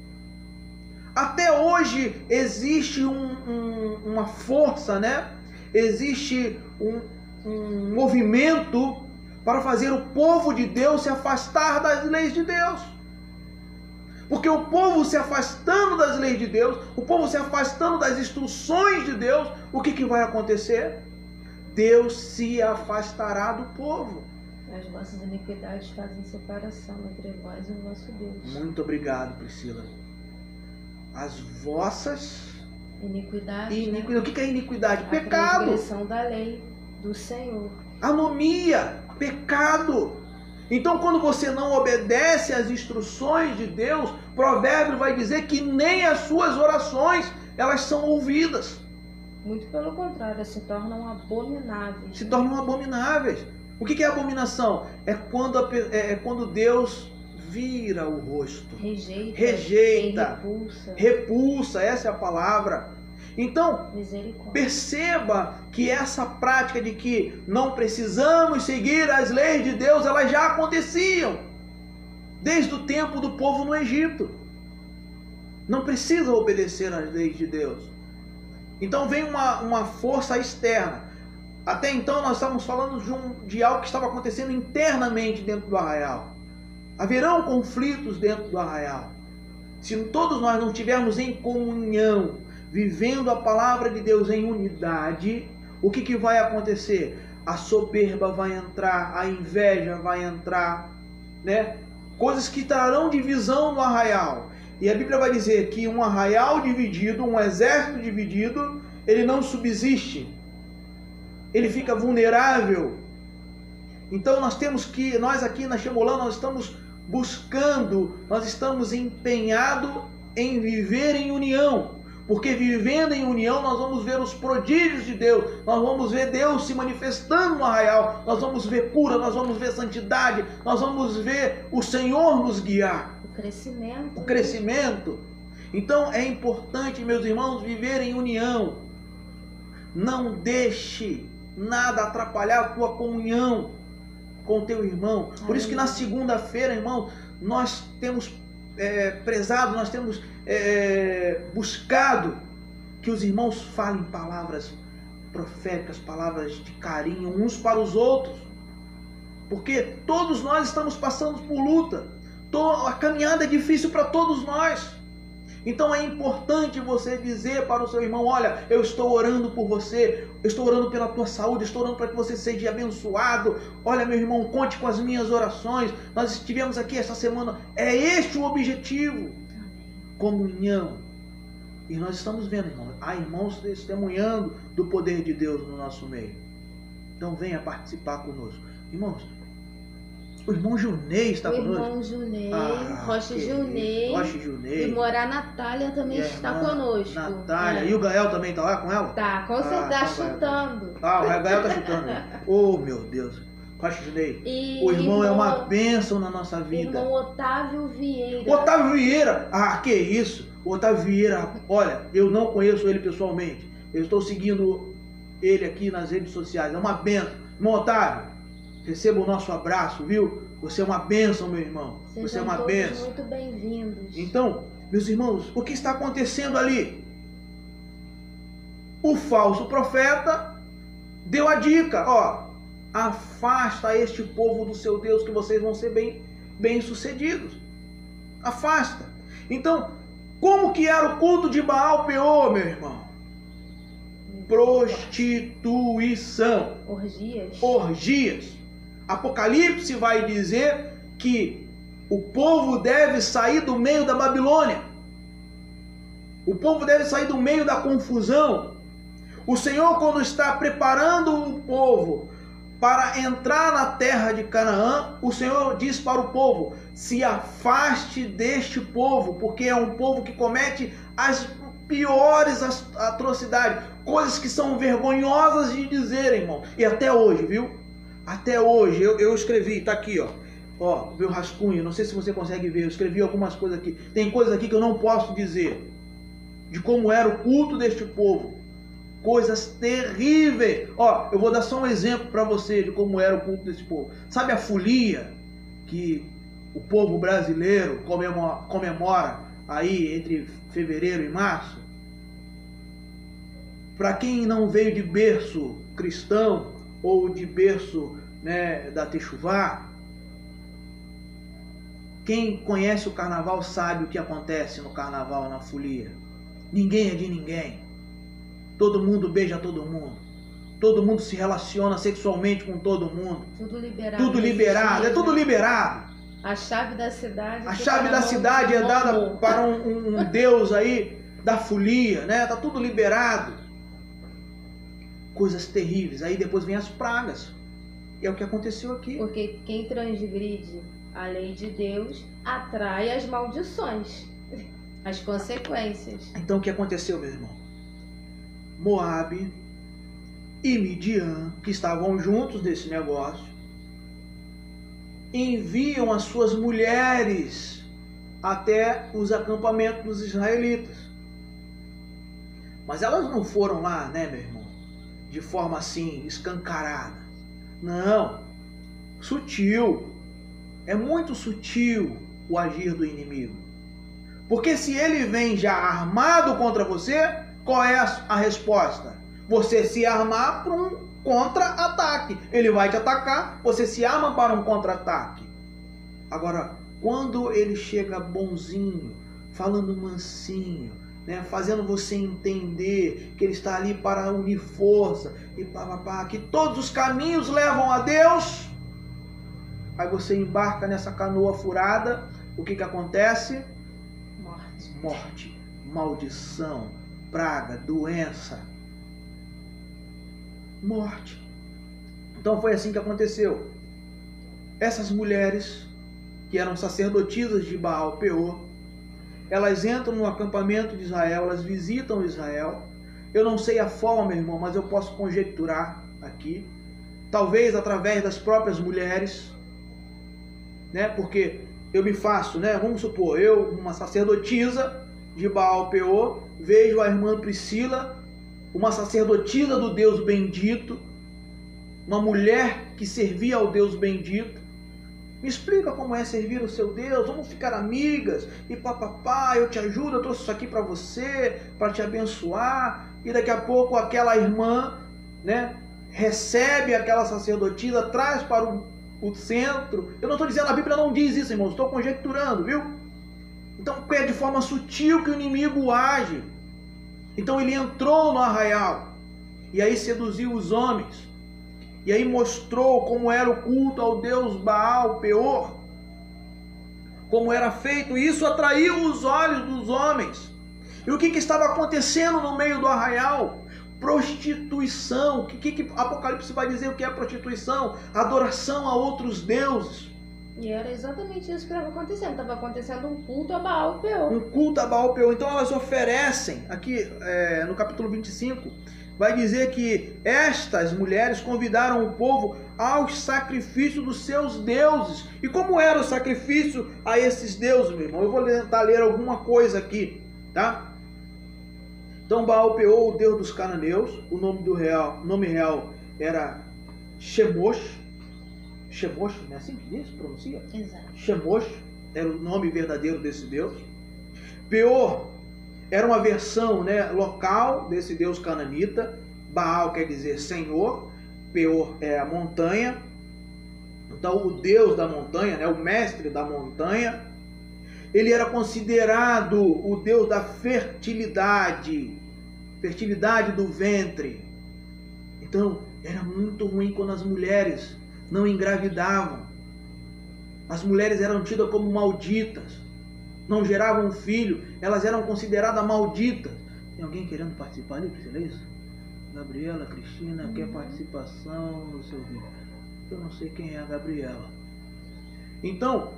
Até hoje existe uma força, né? Existe um movimento para fazer o povo de Deus se afastar das leis de Deus. Porque o povo se afastando das leis de Deus, o povo se afastando das instruções de Deus, o que vai acontecer? Deus se afastará do povo. As vossas iniquidades fazem separação entre vós e o vosso Deus. Muito obrigado, Priscila. As vossas iniquidades. Né? O que é iniquidade? A Pecado. transgressão da lei do Senhor. Anomia, pecado. Então, quando você não obedece às instruções de Deus, Provérbio vai dizer que nem as suas orações elas são ouvidas. Muito pelo contrário, se tornam abomináveis. Se tornam abomináveis. O que é abominação? É quando Deus vira o rosto. Rejeita. Repulsa, essa é a palavra. Então, perceba que essa prática de que não precisamos seguir as leis de Deus, elas já aconteciam desde o tempo do povo no Egito. Não precisa obedecer às leis de Deus. Então vem uma força externa. Até então nós estávamos falando de algo que estava acontecendo internamente dentro do arraial. Haverão conflitos dentro do arraial. Se todos nós não estivermos em comunhão, vivendo a palavra de Deus em unidade, o que vai acontecer? A soberba vai entrar, a inveja vai entrar, né? Coisas que trarão divisão no arraial. E a Bíblia vai dizer que um arraial dividido, um exército dividido, ele não subsiste. Ele fica vulnerável. Então nós aqui na Xemolã, nós estamos buscando, nós estamos empenhados em viver em união. Porque vivendo em união nós vamos ver os prodígios de Deus, nós vamos ver Deus se manifestando no arraial, nós vamos ver cura, nós vamos ver santidade, nós vamos ver o Senhor nos guiar. O crescimento. Então é importante, meus irmãos, viver em união. Não deixe nada atrapalhar a tua comunhão com o teu irmão. Por isso que na segunda-feira, irmão, nós temos prezado, nós temos buscado que os irmãos falem palavras proféticas, palavras de carinho uns para os outros. Porque todos nós estamos passando por luta. A caminhada é difícil para todos nós. Então é importante você dizer para o seu irmão: olha, eu estou orando por você, eu estou orando pela tua saúde, estou orando para que você seja abençoado. Olha, meu irmão, conte com as minhas orações. Nós estivemos aqui esta semana. É este o objetivo. Comunhão. E nós estamos vendo, irmão, há irmãos testemunhando do poder de Deus no nosso meio. Então venha participar conosco. Irmãos, O irmão Junei está conosco. O irmão Junei, Rocha Junei. E Morá Natália também está conosco. Natália. E o Gael também está lá com ela? Tá, com certeza, tá chutando. O Gael está chutando. Oh, meu Deus. Rocha Junei. O irmão é uma bênção na nossa vida. Irmão Otávio Vieira. Otávio Vieira. Que isso. O Otávio Vieira, olha, eu não conheço ele pessoalmente. Eu estou seguindo ele aqui nas redes sociais. É uma bênção. Irmão Otávio, receba o nosso abraço, viu? Você é uma bênção, meu irmão. Você é uma bênção. Muito bem-vindos. Então, meus irmãos, o que está acontecendo ali? O falso profeta deu a dica, afasta este povo do seu Deus que vocês vão ser bem-sucedidos. Afasta. Então, como que era o culto de Baal Peor, meu irmão? Prostituição. Orgias. Apocalipse vai dizer que o povo deve sair do meio da Babilônia. O povo deve sair do meio da confusão. O Senhor, quando está preparando o povo para entrar na terra de Canaã, o Senhor diz para o povo: se afaste deste povo, porque é um povo que comete as piores atrocidades, coisas que são vergonhosas de dizer, irmão. E até hoje, viu? Até hoje, eu escrevi, tá aqui, meu rascunho, não sei se você consegue ver, eu escrevi algumas coisas aqui. Tem coisas aqui que eu não posso dizer, de como era o culto deste povo. Coisas terríveis. Eu vou dar só um exemplo para você de como era o culto desse povo. Sabe a folia que o povo brasileiro comemora aí entre fevereiro e março? Para quem não veio de berço cristão ou de berço, da Techuvá, quem conhece o carnaval sabe o que acontece no carnaval, na folia. Ninguém é de ninguém. Todo mundo beija todo mundo. Todo mundo se relaciona sexualmente com todo mundo. Tudo liberado. Tudo liberado. É tudo liberado. A chave da cidade. A chave da cidade é dada para um deus aí da folia, Tá tudo liberado. Coisas terríveis. Aí depois vem as pragas. E é o que aconteceu aqui. Porque quem transgride a lei de Deus atrai as maldições, as consequências. Então o que aconteceu, meu irmão? Moabe e Midian, que estavam juntos nesse negócio, enviam as suas mulheres até os acampamentos dos israelitas. Mas elas não foram lá, meu irmão, de forma assim, escancarada. Não. Sutil. É muito sutil o agir do inimigo. Porque se ele vem já armado contra você, qual é a resposta? Você se armar para um contra-ataque. Ele vai te atacar, você se arma para um contra-ataque. Agora, quando ele chega bonzinho, falando mansinho, fazendo você entender que ele está ali para unir força e que todos os caminhos levam a Deus, aí você embarca nessa canoa furada, o que acontece? Morte, maldição, praga, doença, morte. Então foi assim que aconteceu. Essas mulheres, que eram sacerdotisas de Baal Peor, elas entram no acampamento de Israel, elas visitam Israel. Eu não sei a forma, meu irmão, mas eu posso conjecturar aqui. Talvez através das próprias mulheres, porque eu me faço, vamos supor, eu, uma sacerdotisa de Baal Peor, vejo a irmã Priscila, uma sacerdotisa do Deus bendito, uma mulher que servia ao Deus bendito. Me explica como é servir o seu Deus, vamos ficar amigas, e papapá, eu te ajudo, eu trouxe isso aqui para você, para te abençoar, e daqui a pouco aquela irmã, recebe aquela sacerdotisa, traz para o centro. Eu não estou dizendo, a Bíblia não diz isso, irmãos, estou conjecturando, viu? Então é de forma sutil que o inimigo age. Então ele entrou no arraial, e aí seduziu os homens. E aí mostrou como era o culto ao Deus Baal Peor, como era feito. E isso atraiu os olhos dos homens. E o que estava acontecendo no meio do arraial? Prostituição. O que Apocalipse vai dizer o que é prostituição? Adoração a outros deuses. E era exatamente isso que estava acontecendo. Estava acontecendo um culto a Baal-Peor. Um culto a Baal-Peor. Então elas oferecem, aqui no capítulo 25, vai dizer que estas mulheres convidaram o povo aos sacrifícios dos seus deuses. E como era o sacrifício a esses deuses, meu irmão? Eu vou tentar ler alguma coisa aqui, tá? Então Baal-Peor, o deus dos cananeus, o nome real era Chemosh. Chemosh, não é assim que diz? Pronuncia? Exato. Chemosh era o nome verdadeiro desse deus. Peor era uma versão, né, local desse deus cananita. Baal quer dizer senhor. Peor é a montanha. Então o deus da montanha, né, o mestre da montanha. Ele era considerado o deus da fertilidade. Fertilidade do ventre. Então era muito ruim quando as mulheres não engravidavam. As mulheres eram tidas como malditas. Não geravam filho. Elas eram consideradas malditas. Tem alguém querendo participar ali, Priscila? É isso? Gabriela, Cristina, quer participação no seu vídeo? Eu não sei quem é a Gabriela. Então,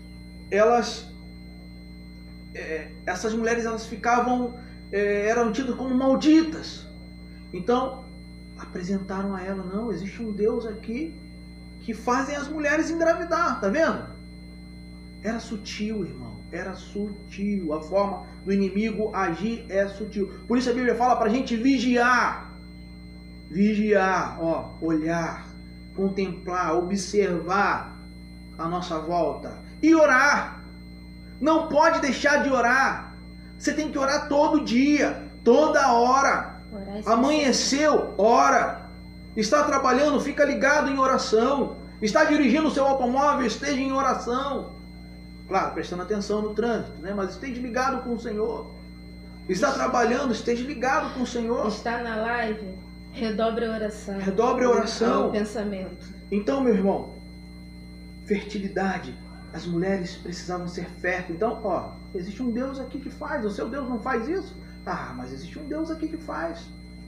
essas mulheres, elas ficavam, eram tidas como malditas. Então, apresentaram a ela, não, existe um Deus aqui que fazem as mulheres engravidar, tá vendo? Era sutil, irmão, era sutil. A forma do inimigo agir é sutil. Por isso a Bíblia fala para a gente vigiar. Vigiar, ó, olhar, contemplar, observar a nossa volta e orar. Não pode deixar de orar. Você tem que orar todo dia, toda hora. Amanheceu, ora. Está trabalhando, fica ligado em oração. Está dirigindo o seu automóvel, esteja em oração. Claro, prestando atenção no trânsito, né? Mas esteja ligado com o Senhor. Está trabalhando, esteja ligado com o Senhor. Está na live, redobre a oração. Redobre a oração. O pensamento. Então, meu irmão, fertilidade. As mulheres precisavam ser férteis. Então, ó, existe um Deus aqui que faz. O seu Deus não faz isso? Ah, mas existe um Deus aqui que faz.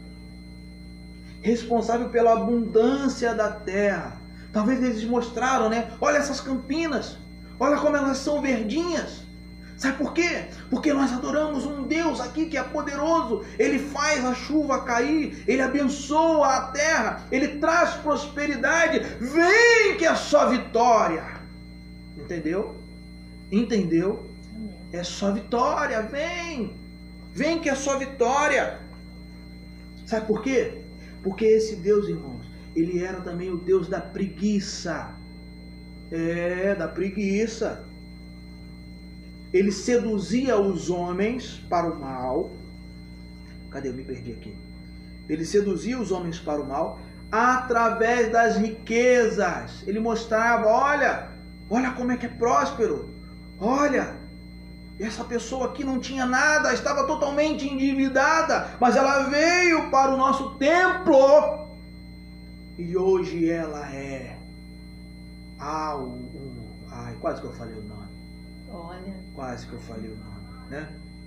Responsável pela abundância da terra. Talvez eles mostraram, né? Olha essas campinas. Olha como elas são verdinhas. Sabe por quê? Porque nós adoramos um Deus aqui que é poderoso. Ele faz a chuva cair. Ele abençoa a terra. Ele traz prosperidade. Vem que é só vitória. Entendeu? Entendeu? É só vitória. Vem. Vem que é só vitória. Sabe por quê? Porque esse Deus, irmãos, ele era também o Deus da preguiça. Da preguiça. Ele seduzia os homens para o mal. Cadê? Eu me perdi aqui. Ele seduzia os homens para o mal através das riquezas. Ele mostrava, olha como é que é próspero. Olha, essa pessoa aqui não tinha nada, estava totalmente endividada, mas ela veio para o nosso templo e hoje ela é... quase que eu falei o nome. Olha. Quase que eu falei o nome, né?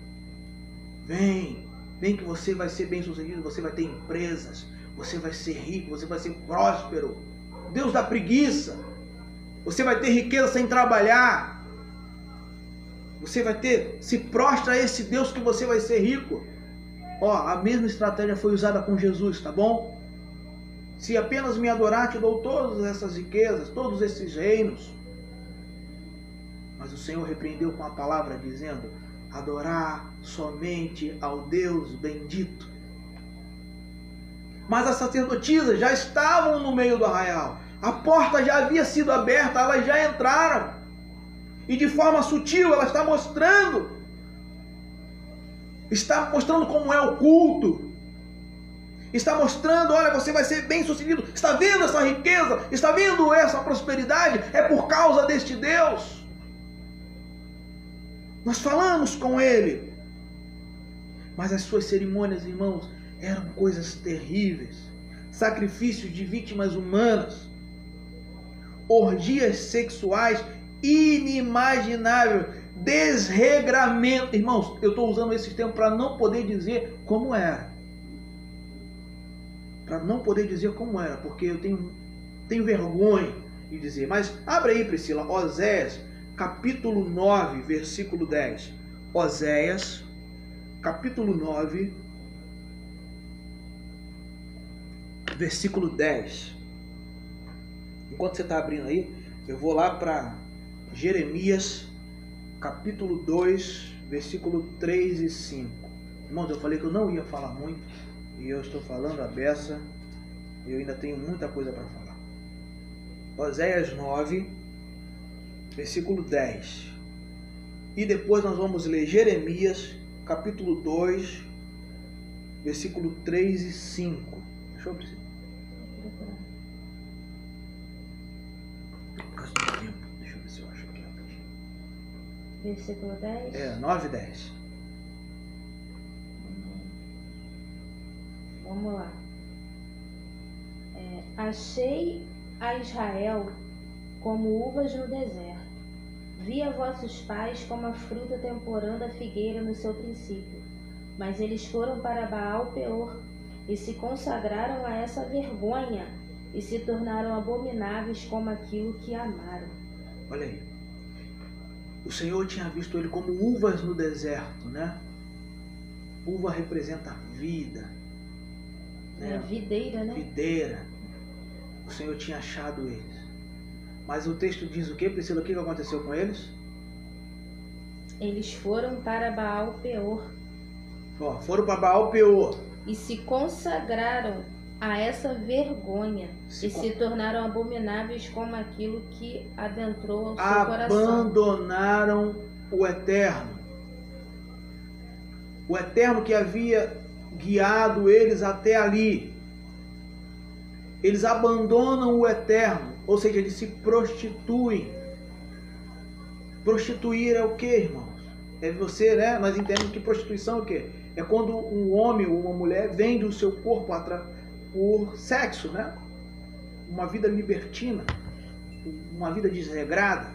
Vem que você vai ser bem sucedido, você vai ter empresas, você vai ser rico, você vai ser próspero. Deus da preguiça. Você vai ter riqueza sem trabalhar. Você vai ter, se prostra a esse Deus que você vai ser rico. A mesma estratégia foi usada com Jesus, tá bom? Se apenas me adorar, te dou todas essas riquezas, todos esses reinos. Mas o Senhor repreendeu com a palavra dizendo, adorar somente ao Deus bendito. Mas as sacerdotisas já estavam no meio do arraial. A porta já havia sido aberta, elas já entraram. E de forma sutil ela está mostrando como é o culto. Está mostrando, olha, você vai ser bem sucedido. Está vendo essa riqueza? Está vendo essa prosperidade? É por causa deste Deus. Nós falamos com ele. Mas as suas cerimônias, irmãos, eram coisas terríveis. Sacrifícios de vítimas humanas. Orgias sexuais inimaginável, desregramento. Irmãos, eu estou usando esse termo para não poder dizer como era. Para não poder dizer como era, porque eu tenho vergonha e dizer. Mas abre aí, Priscila, Oséias, capítulo 9, versículo 10. Oséias, capítulo 9, versículo 10. Enquanto você está abrindo aí, eu vou lá para Jeremias, capítulo 2, versículo 3 e 5. Irmãos, eu falei que eu não ia falar muito, e eu estou falando a beça, e eu ainda tenho muita coisa para falar. Oséias 9, versículo 10. E depois nós vamos ler Jeremias, capítulo 2, versículo 3 e 5. Deixa eu precisar. Por causa do tempo. Deixa eu ver se eu acho aqui. Versículo 10? 9 e 10. Vamos lá. Achei a Israel como uvas no deserto. Vi a vossos pais como a fruta temporã da figueira no seu princípio. Mas eles foram para Baal Peor e se consagraram a essa vergonha e se tornaram abomináveis como aquilo que amaram. Olha aí. O Senhor tinha visto ele como uvas no deserto, né? Uva representa vida. Né? Videira, né? Videira. O Senhor tinha achado eles. Mas o texto diz o que, Priscila? O que aconteceu com eles? Eles foram para Baal Peor. Foram para Baal Peor. E se consagraram a essa vergonha. Se tornaram abomináveis como aquilo que adentrou ao seu coração. Abandonaram o Eterno. O Eterno que havia guiado eles até ali. Eles abandonam o Eterno. Ou seja, eles se prostituem. Prostituir é o que, irmãos? É você, né? Nós entendemos que prostituição é o quê? É quando um homem ou uma mulher vende o seu corpo por sexo, né? Uma vida libertina, uma vida desregrada.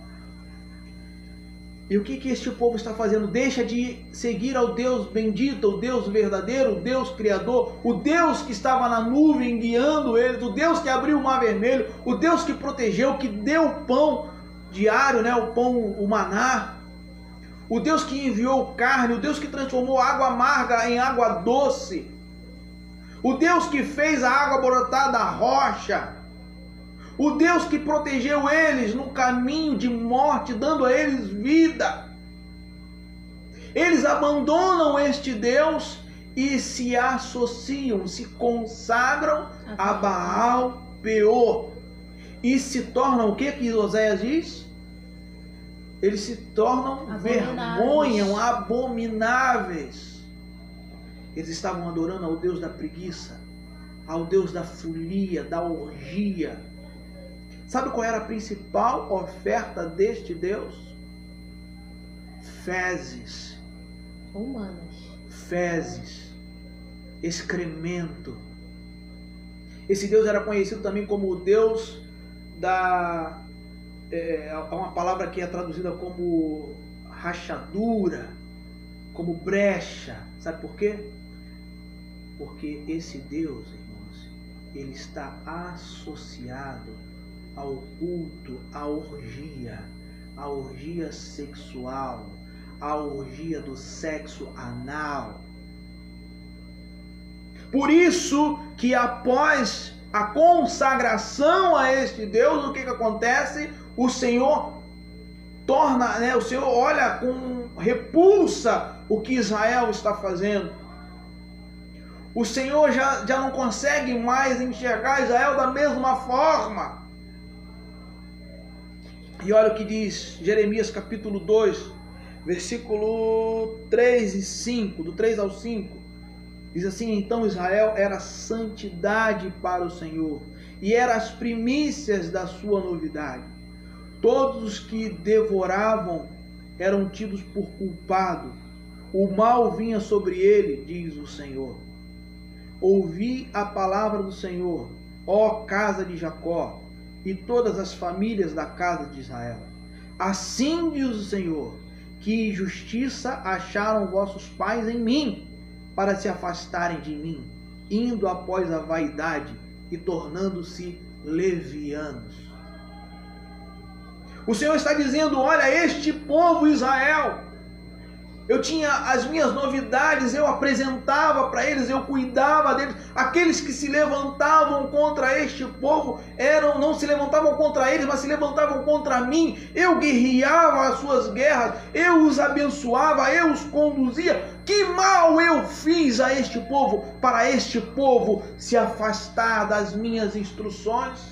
E o que este povo está fazendo? Deixa de seguir ao Deus bendito, o Deus verdadeiro, o Deus criador, o Deus que estava na nuvem guiando eles, o Deus que abriu o mar vermelho, o Deus que protegeu, que deu o pão diário, né? O pão, o maná, o Deus que enviou carne, o Deus que transformou água amarga em água doce, o Deus que fez a água brotar da rocha, o Deus que protegeu eles no caminho de morte, dando a eles vida. Eles abandonam este Deus e se associam, se consagram a Baal Peor. E se tornam o que Oséias diz? Eles se tornam vergonha, abomináveis. Eles estavam adorando ao Deus da preguiça, ao Deus da folia, da orgia. Sabe qual era a principal oferta deste Deus? Fezes. Humanas. Fezes. Excremento. Esse Deus era conhecido também como o Deus da... uma palavra que é traduzida como rachadura, como brecha. Sabe por quê? Porque esse Deus, irmãos, ele está associado ao culto, à orgia sexual, à orgia do sexo anal. Por isso que após a consagração a este Deus, o que acontece? O Senhor torna, né? O Senhor olha com repulsa o que Israel está fazendo. O Senhor já não consegue mais enxergar Israel da mesma forma. E olha o que diz Jeremias capítulo 2, versículo 3 e 5, do 3 ao 5. Diz assim: então Israel era santidade para o Senhor, e era as primícias da sua novidade. Todos os que devoravam eram tidos por culpado. O mal vinha sobre ele, diz o Senhor. Ouvi a palavra do Senhor, ó casa de Jacó, e todas as famílias da casa de Israel. Assim diz o Senhor, que injustiça acharam vossos pais em mim, para se afastarem de mim, indo após a vaidade e tornando-se levianos. O Senhor está dizendo: olha, este povo Israel, eu tinha as minhas novidades, eu apresentava para eles, eu cuidava deles. Aqueles que se levantavam contra este povo não se levantavam contra eles, mas se levantavam contra mim. Eu guerreava as suas guerras, eu os abençoava, eu os conduzia. Que mal eu fiz a este povo para este povo se afastar das minhas instruções?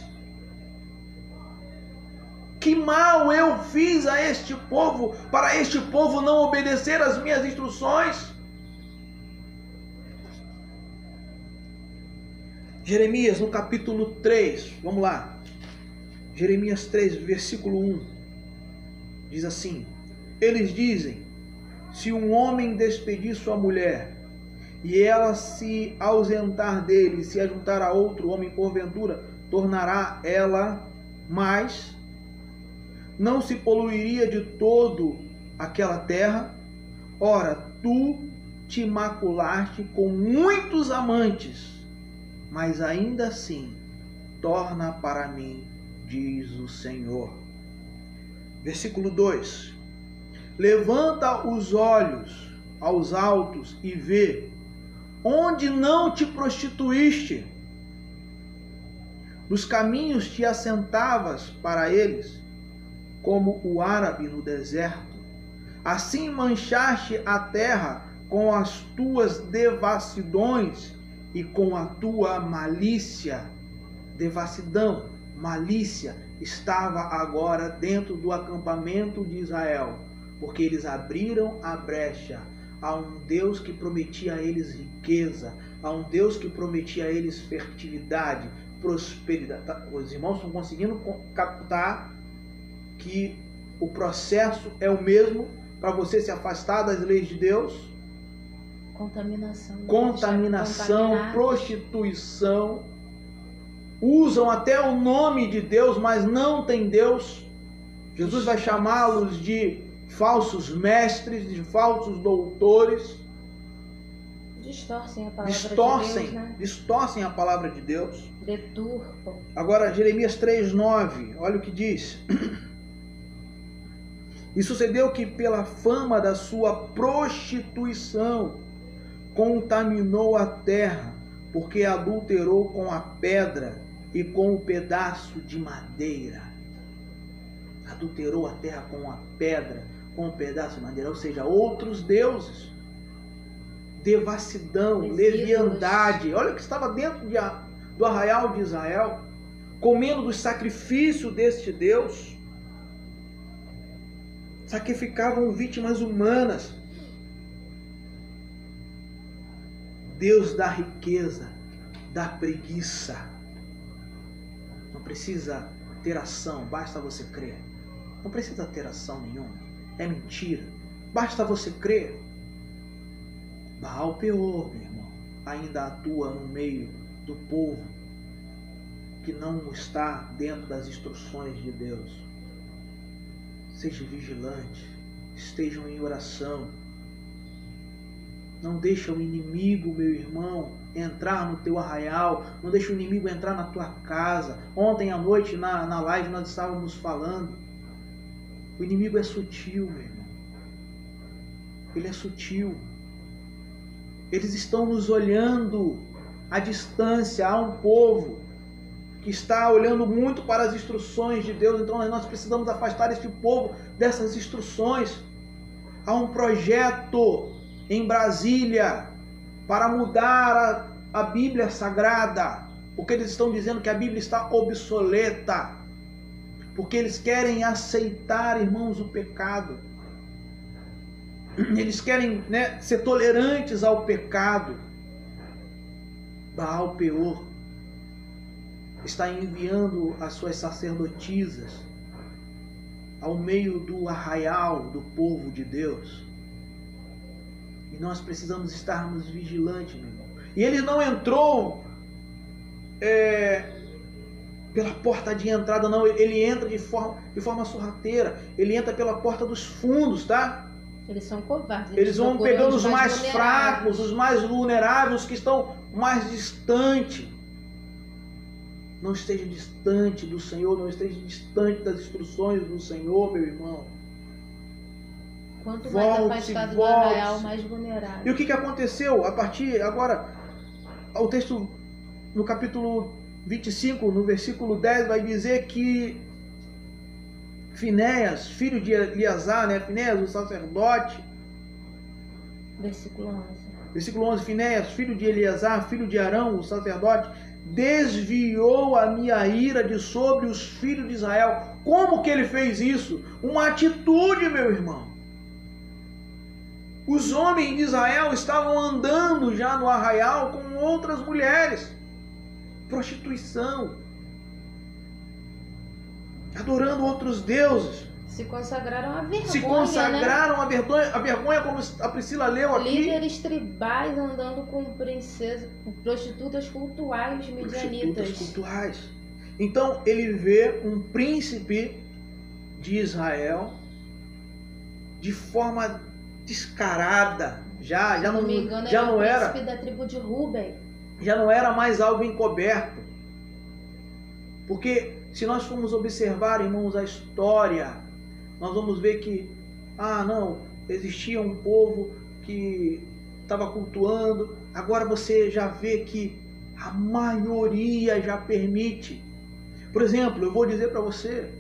Que mal eu fiz a este povo para este povo não obedecer às minhas instruções? Jeremias, no capítulo 3, vamos lá. Jeremias 3, versículo 1, diz assim: eles dizem: se um homem despedir sua mulher, e ela se ausentar dele, e se ajuntar a outro homem porventura, tornará ela mais? Não se poluiria de todo aquela terra? Ora, tu te maculaste com muitos amantes, mas ainda assim torna para mim, diz o Senhor. Versículo 2: levanta os olhos aos altos e vê, onde não te prostituíste, nos caminhos te assentavas para eles, como o árabe no deserto. Assim manchaste a terra com as tuas devassidões e com a tua malícia. Devassidão, malícia, estava agora dentro do acampamento de Israel, porque eles abriram a brecha a um Deus que prometia a eles riqueza, a um Deus que prometia a eles fertilidade, prosperidade. Os irmãos estão conseguindo captar que o processo é o mesmo para você se afastar das leis de Deus? Contaminação, prostituição. Usam até o nome de Deus, mas não tem Deus. Jesus vai chamá-los de falsos mestres, de falsos doutores. Distorcem a palavra de Deus, né? Distorcem a palavra de Deus. Deturpam. Agora, Jeremias 3,9, olha o que diz. E sucedeu que pela fama da sua prostituição contaminou a terra, porque adulterou com a pedra e com o pedaço de madeira. Adulterou a terra com a pedra, com o pedaço de madeira, ou seja, outros deuses. Devassidão, leviandade. Olha o que estava dentro do arraial de Israel, comendo do sacrifício deste Deus. Sacrificavam vítimas humanas. Deus dá riqueza, dá preguiça. Não precisa ter ação, basta você crer. Não precisa ter ação nenhuma. É mentira. Basta você crer. Baal Peor, meu irmão, ainda atua no meio do povo que não está dentro das instruções de Deus. Seja vigilante, estejam em oração. Não deixa o inimigo, meu irmão, entrar no teu arraial. Não deixa o inimigo entrar na tua casa. Ontem à noite na live nós estávamos falando. O inimigo é sutil, meu irmão. Ele é sutil. Eles estão nos olhando à distância. Há um povo que está olhando muito para as instruções de Deus. Então nós precisamos afastar este povo dessas instruções. Há um projeto em Brasília para mudar a Bíblia Sagrada, porque eles estão dizendo que a Bíblia está obsoleta, porque eles querem aceitar, irmãos, o pecado. Eles querem, ser tolerantes ao pecado. Baal Peor está enviando as suas sacerdotisas ao meio do arraial do povo de Deus. E nós precisamos estarmos vigilantes, meu irmão. E ele não entrou pela porta de entrada, não. Ele entra de forma sorrateira. Ele entra pela porta dos fundos, tá? Eles são covardes. Eles vão pegando os mais fracos, os mais vulneráveis, os que estão mais distantes. Não esteja distante do Senhor, não esteja distante das instruções do Senhor, meu irmão. Quanto mais afastado do arraial, mais vulnerável. E o que aconteceu? A partir agora, o texto no capítulo 25, no versículo 10, vai dizer que Finéias, filho de Eleazar, né? Finéias, o sacerdote. Versículo 11. Versículo 11, Finéias, filho de Eleazar, filho de Arão, o sacerdote, desviou a minha ira de sobre os filhos de Israel. Como que ele fez isso? Uma atitude, meu irmão. Os homens de Israel estavam andando já no arraial com outras mulheres. Prostituição. Adorando outros deuses. Se consagraram à vergonha. Se consagraram à vergonha, como a Priscila leu aqui. Líderes tribais andando com princesas, com prostitutas cultuais midianitas. Prostitutas cultuais. Então ele vê um príncipe de Israel de forma descarada. Já não me engano, já não era o príncipe da tribo de Rúben. Já não era mais algo encoberto. Porque se nós formos observar, irmãos, a história, nós vamos ver que, existia um povo que estava cultuando. Agora você já vê que a maioria já permite. Por exemplo, eu vou dizer para você.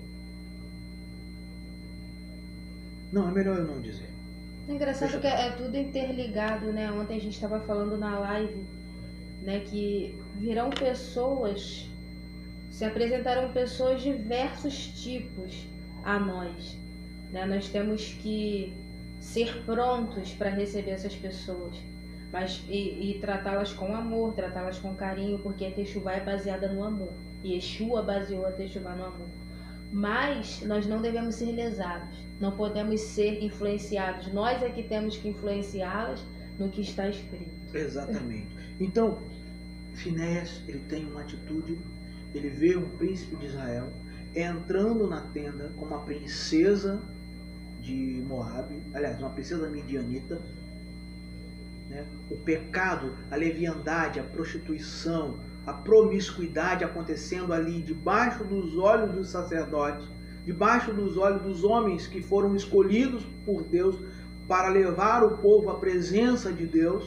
Não, é melhor eu não dizer. É engraçado que é tudo interligado, né? Ontem a gente estava falando na live, né, que virão pessoas, se apresentarão pessoas de diversos tipos a nós, né? Nós temos que ser prontos para receber essas pessoas, mas e tratá-las com amor, tratá-las com carinho, porque a Techuvá é baseada no amor, e Yeshua baseou a Techuvá no amor. Mas nós não devemos ser lesados, não podemos ser influenciados. Nós é que temos que influenciá-las no que está escrito. Exatamente. Então, Finéias, ele tem uma atitude, ele vê um príncipe de Israel entrando na tenda com uma princesa de Moabe, aliás, uma princesa midianita, né? O pecado, a leviandade, a prostituição, a promiscuidade acontecendo ali debaixo dos olhos dos sacerdotes, debaixo dos olhos dos homens que foram escolhidos por Deus para levar o povo à presença de Deus.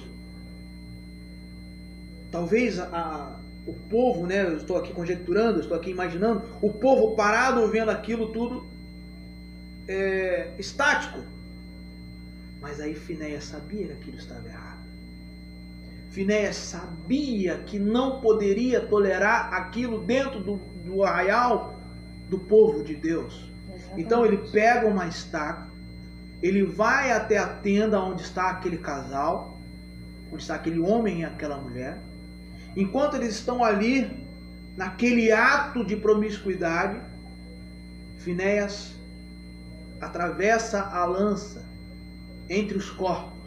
Talvez o povo, né, eu estou aqui conjecturando, eu estou aqui imaginando, o povo parado vendo aquilo tudo estático. Mas aí Finéias sabia que aquilo estava errado. Finéias sabia que não poderia tolerar aquilo dentro do arraial do povo de Deus. Exatamente. Então ele pega uma estaca, ele vai até a tenda onde está aquele casal, onde está aquele homem e aquela mulher. Enquanto eles estão ali, naquele ato de promiscuidade, Finéias atravessa a lança entre os corpos.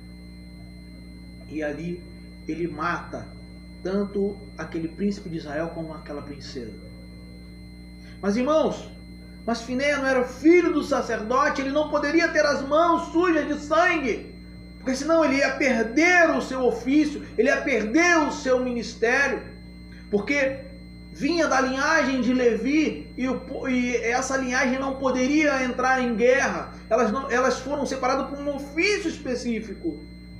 E ali ele mata tanto aquele príncipe de Israel como aquela princesa. Mas irmãos, Finéias não era filho do sacerdote, ele não poderia ter as mãos sujas de sangue, porque senão ele ia perder o seu ofício, ele ia perder o seu ministério, porque vinha da linhagem de Levi e essa linhagem não poderia entrar em guerra, elas foram separadas por um ofício específico.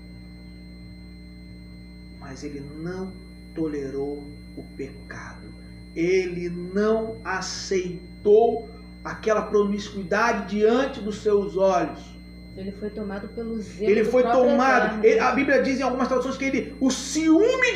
Mas ele não tolerou o pecado, ele não aceitou aquela promiscuidade diante dos seus olhos. Ele foi tomado pelo zelo. Ele foi tomado. A Bíblia diz em algumas traduções que o ciúme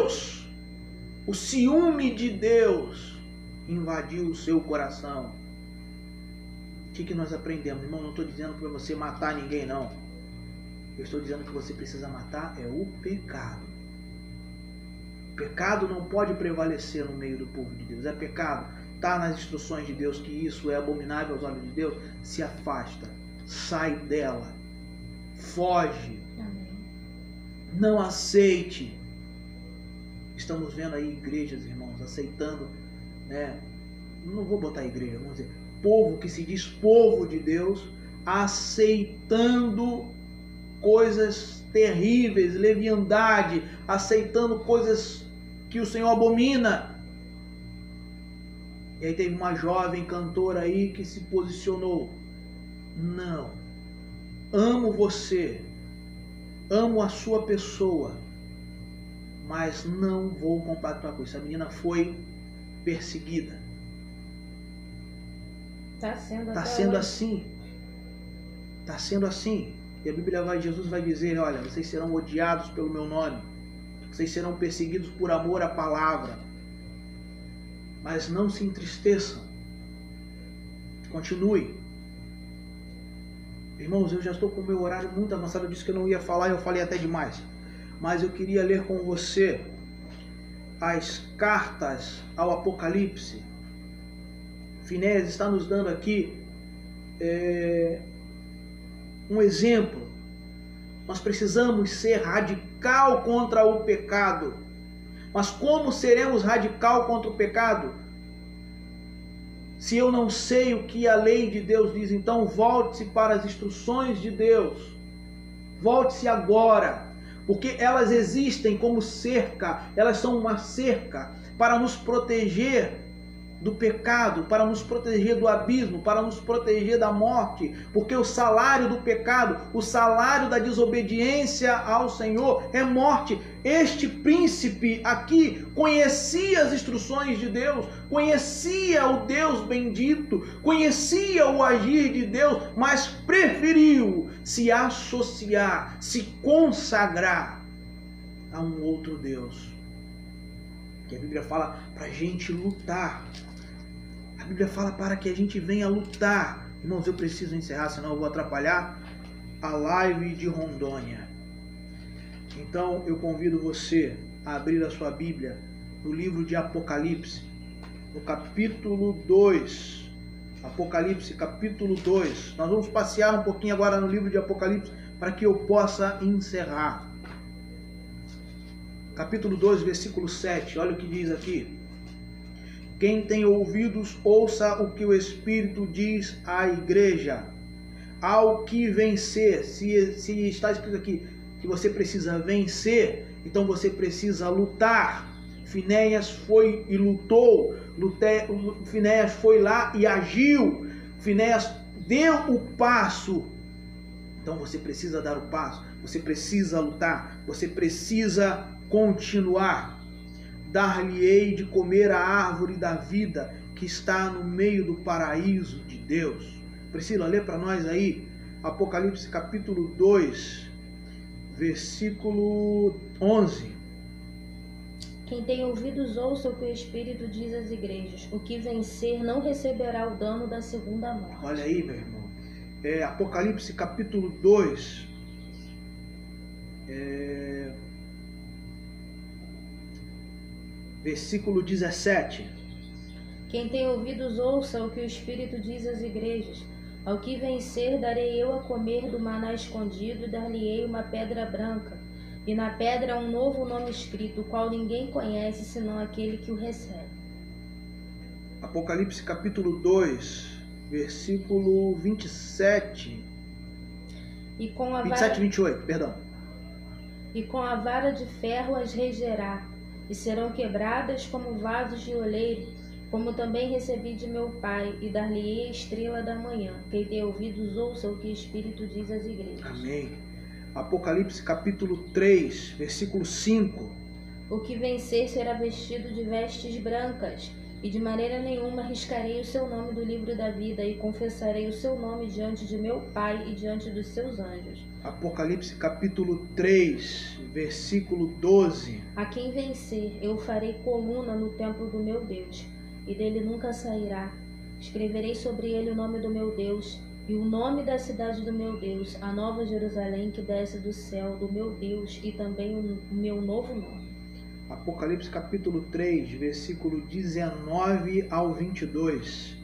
de Deus invadiu o seu coração. O que nós aprendemos? Irmão, não estou dizendo para você matar ninguém, não. Eu estou dizendo que você precisa matar o pecado. O pecado não pode prevalecer no meio do povo de Deus. É pecado. Está nas instruções de Deus que isso é abominável aos olhos de Deus. Se afasta. Sai dela. Foge. Amém. Não aceite. Estamos vendo aí igrejas, irmãos, aceitando, né? Não vou botar igreja, vamos dizer, povo que se diz povo de Deus, aceitando coisas terríveis, leviandade, aceitando coisas que o Senhor abomina. E aí teve uma jovem cantora aí que se posicionou. Não. Amo você. Amo a sua pessoa. Mas não vou compactuar com isso. A menina foi perseguida. Está sendo assim. Está sendo assim. E a Bíblia Jesus vai dizer, olha, vocês serão odiados pelo meu nome. Vocês serão perseguidos por amor à palavra. Mas não se entristeçam. Continue. Irmãos, eu já estou com o meu horário muito avançado. Eu disse que eu não ia falar, eu falei até demais. Mas eu queria ler com você as cartas ao Apocalipse. Finéias está nos dando aqui um exemplo. Nós precisamos ser radical contra o pecado. Mas como seremos radical contra o pecado? Se eu não sei o que a lei de Deus diz, então volte-se para as instruções de Deus. Volte-se agora, porque elas existem como cerca, elas são uma cerca para nos proteger do pecado, para nos proteger do abismo, para nos proteger da morte, porque o salário do pecado, o salário da desobediência ao Senhor é morte. Este príncipe aqui conhecia as instruções de Deus, conhecia o Deus bendito, conhecia o agir de Deus, mas preferiu se associar, se consagrar a um outro Deus. Que a Bíblia fala para a gente lutar. A Bíblia fala para que a gente venha lutar. Irmãos, eu preciso encerrar, senão eu vou atrapalhar a live de Rondônia. Então eu convido você a abrir a sua Bíblia no livro de Apocalipse, no capítulo 2. Apocalipse, capítulo 2. Nós vamos passear um pouquinho agora no livro de Apocalipse para que eu possa encerrar. Capítulo 2, versículo 7. Olha o que diz aqui. Quem tem ouvidos, ouça o que o Espírito diz à igreja. Ao que vencer, se está escrito aqui que você precisa vencer, então você precisa lutar. Finéias foi e lutou. Finéias foi lá e agiu. Finéias deu o passo. Então você precisa dar o passo. Você precisa lutar. Você precisa continuar. Dar-lhe-ei de comer a árvore da vida que está no meio do paraíso de Deus. Priscila, lê para nós aí Apocalipse capítulo 2, versículo 11. Quem tem ouvidos, ouça o que o Espírito diz às igrejas. O que vencer não receberá o dano da segunda morte. Olha aí, meu irmão. Apocalipse capítulo 2, versículo 17. Quem tem ouvidos, ouça o que o Espírito diz às igrejas. Ao que vencer, darei eu a comer do maná escondido, e dar-lhe-ei uma pedra branca, e na pedra um novo nome escrito, o qual ninguém conhece, senão aquele que o recebe. Apocalipse capítulo 2, versículo 27. 27 e 28, perdão. E com a vara de ferro as regerá, e serão quebradas como vasos de oleiro, como também recebi de meu Pai, e dar-lhe-ei a estrela da manhã. Quem tem ouvidos, ouça o que o Espírito diz às igrejas. Amém. Apocalipse capítulo 3, versículo 5. O que vencer será vestido de vestes brancas, e de maneira nenhuma riscarei o seu nome do livro da vida, e confessarei o seu nome diante de meu Pai e diante dos seus anjos. Apocalipse capítulo 3, versículo 12. A quem vencer, eu farei coluna no templo do meu Deus, e dele nunca sairá. Escreverei sobre ele o nome do meu Deus, e o nome da cidade do meu Deus, a nova Jerusalém que desce do céu do meu Deus, e também o meu novo nome. Apocalipse capítulo 3, versículo 19 ao 22.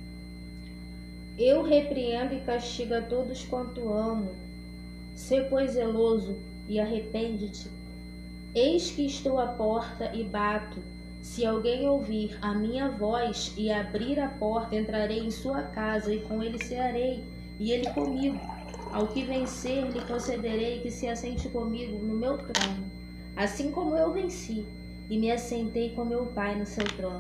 Eu repreendo e castigo a todos quanto amo. Sê, pois, zeloso e arrepende-te. Eis que estou à porta e bato. Se alguém ouvir a minha voz e abrir a porta, entrarei em sua casa e com ele cearei, e ele comigo. Ao que vencer, lhe concederei que se assente comigo no meu trono, assim como eu venci e me assentei com meu Pai no seu trono.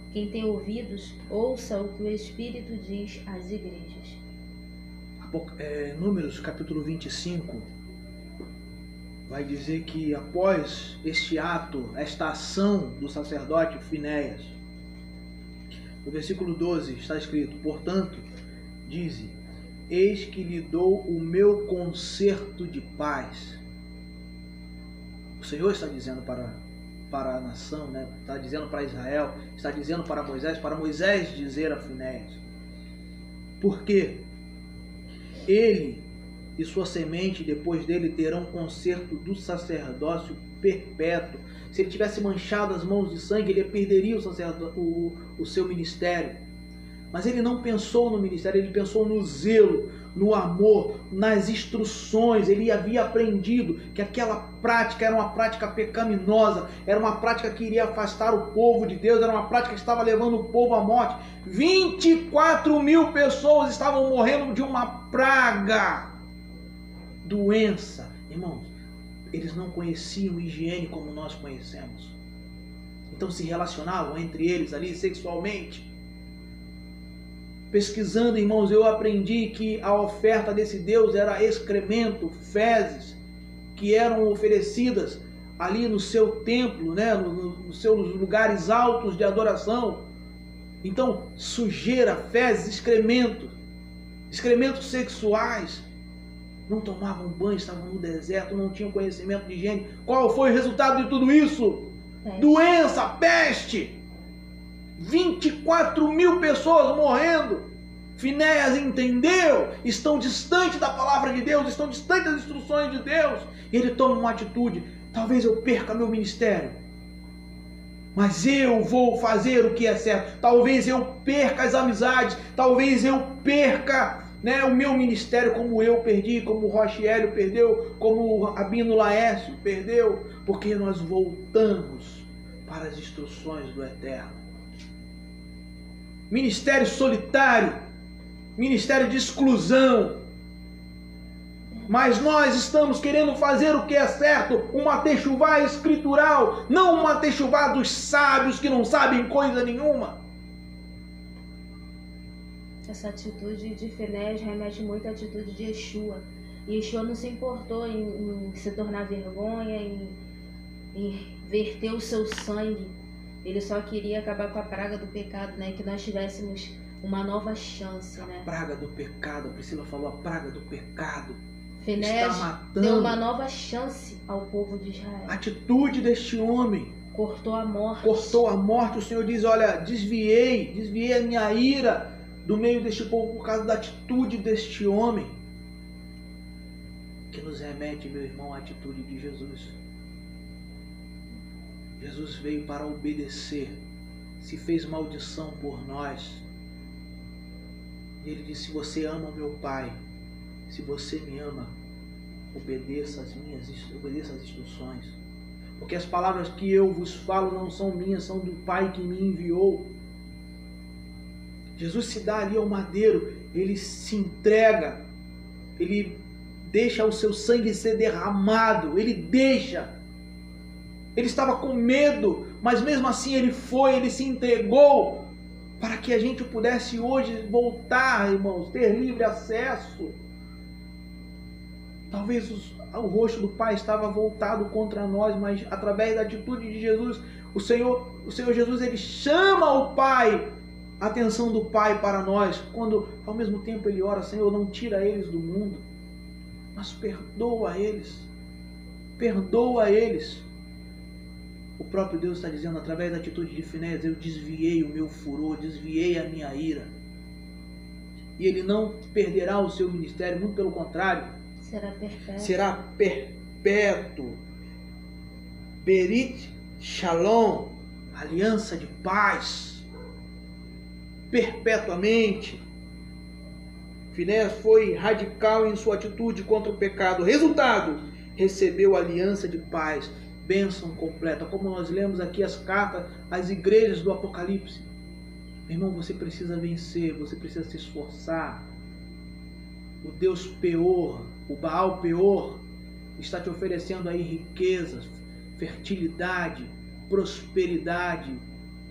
Quem tem ouvidos, ouça o que o Espírito diz às igrejas. Números capítulo 25 vai dizer que após este ato, esta ação do sacerdote Finéias, no versículo 12 está escrito: portanto, dize, eis que lhe dou o meu concerto de paz. O Senhor está dizendo para a nação, né? Está dizendo para Israel, está dizendo para Moisés dizer a Finéias. Porque ele e sua semente depois dele terão conserto do sacerdócio perpétuo. Se ele tivesse manchado as mãos de sangue, ele perderia o seu ministério. Mas ele não pensou no ministério, ele pensou no zelo, no amor, nas instruções. Ele havia aprendido que aquela prática era uma prática pecaminosa, era uma prática que iria afastar o povo de Deus, era uma prática que estava levando o povo à morte. 24.000 pessoas estavam morrendo de uma praga, doença. Irmãos, eles não conheciam higiene como nós conhecemos. Então se relacionavam entre eles ali sexualmente. Pesquisando, irmãos, eu aprendi que a oferta desse Deus era excremento, fezes, que eram oferecidas ali no seu templo, né, nos seus lugares altos de adoração. Então, sujeira, fezes, excrementos sexuais. Não tomavam banho, estavam no deserto, não tinham conhecimento de higiene. Qual foi o resultado de tudo isso? Peste. Doença, peste. 24.000 pessoas morrendo. Finéias entendeu, estão distantes da palavra de Deus, estão distantes das instruções de Deus. E ele toma uma atitude: talvez eu perca meu ministério, mas eu vou fazer o que é certo. Talvez eu perca as amizades, talvez eu perca, né, o meu ministério, como eu perdi, como o Rochiélio perdeu, como o Rabino Laércio perdeu, porque nós voltamos para as instruções do Eterno. Ministério solitário, ministério de exclusão. Mas nós estamos querendo fazer o que é certo, uma techuvá escritural, não uma techuvá dos sábios que não sabem coisa nenhuma. Essa atitude de Finéias remete muito à atitude de Yeshua. E Yeshua não se importou em se tornar vergonha, em verter o seu sangue. Ele só queria acabar com a praga do pecado, né? Que nós tivéssemos uma nova chance, né? A praga do pecado, a Priscila falou, a praga do pecado. Finéias deu uma nova chance ao povo de Israel. A atitude deste homem cortou a morte. Cortou a morte. O Senhor diz, olha, desviei a minha ira do meio deste povo por causa da atitude deste homem. Que nos remete, meu irmão, à atitude de Jesus. Jesus veio para obedecer, se fez maldição por nós. E ele disse, se você ama meu Pai, se você me ama, obedeça as instruções. Porque as palavras que eu vos falo não são minhas, são do Pai que me enviou. Jesus se dá ali ao madeiro, ele se entrega, ele deixa o seu sangue ser derramado, ele deixa. Ele estava com medo, mas mesmo assim ele se entregou para que a gente pudesse hoje voltar, irmãos, ter livre acesso. Talvez o rosto do Pai estava voltado contra nós, mas através da atitude de Jesus, o Senhor Jesus, ele chama o Pai, a atenção do Pai para nós, quando ao mesmo tempo ele ora, Senhor, não tira eles do mundo, mas perdoa eles, perdoa eles. O próprio Deus está dizendo, através da atitude de Finéias, eu desviei o meu furor, desviei a minha ira. E ele não perderá o seu ministério, muito pelo contrário. Será perpétuo. Berit Shalom, aliança de paz, perpetuamente. Finéias foi radical em sua atitude contra o pecado. Resultado, recebeu aliança de paz. Bênção completa, como nós lemos aqui as cartas às igrejas do Apocalipse. Meu irmão, você precisa vencer, você precisa se esforçar. O Deus Peor, o Baal Peor, está te oferecendo aí riquezas, fertilidade, prosperidade,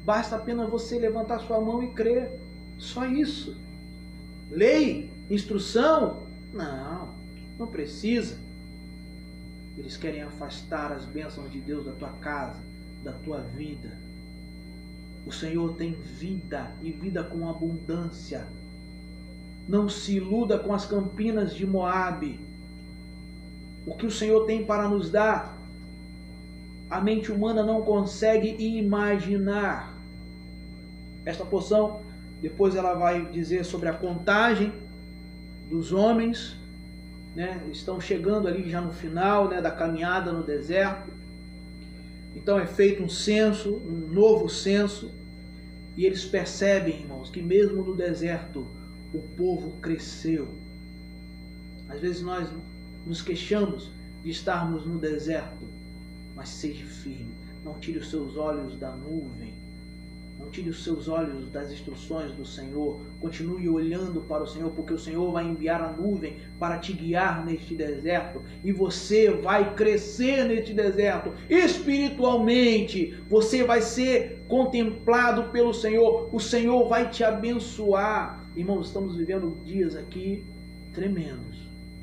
Basta apenas você levantar sua mão e crer. Só isso. Lei, instrução? Não, não precisa. Eles querem afastar as bênçãos de Deus da tua casa, da tua vida. O Senhor tem vida e vida com abundância. Não se iluda com as campinas de Moabe. O que o Senhor tem para nos dar, a mente humana não consegue imaginar. Esta porção, depois ela vai dizer sobre a contagem dos homens, né? Estão chegando ali já no final, né, da caminhada no deserto. Então é feito um censo, um novo censo, e eles percebem, irmãos, que mesmo no deserto o povo cresceu. Às vezes nós nos queixamos de estarmos no deserto, mas seja firme, não tire os seus olhos da nuvem, não tire os seus olhos das instruções do Senhor, continue olhando para o Senhor, porque o Senhor vai enviar a nuvem para te guiar neste deserto, e você vai crescer neste deserto, espiritualmente, você vai ser contemplado pelo Senhor, o Senhor vai te abençoar. Irmãos, estamos vivendo dias aqui tremendos,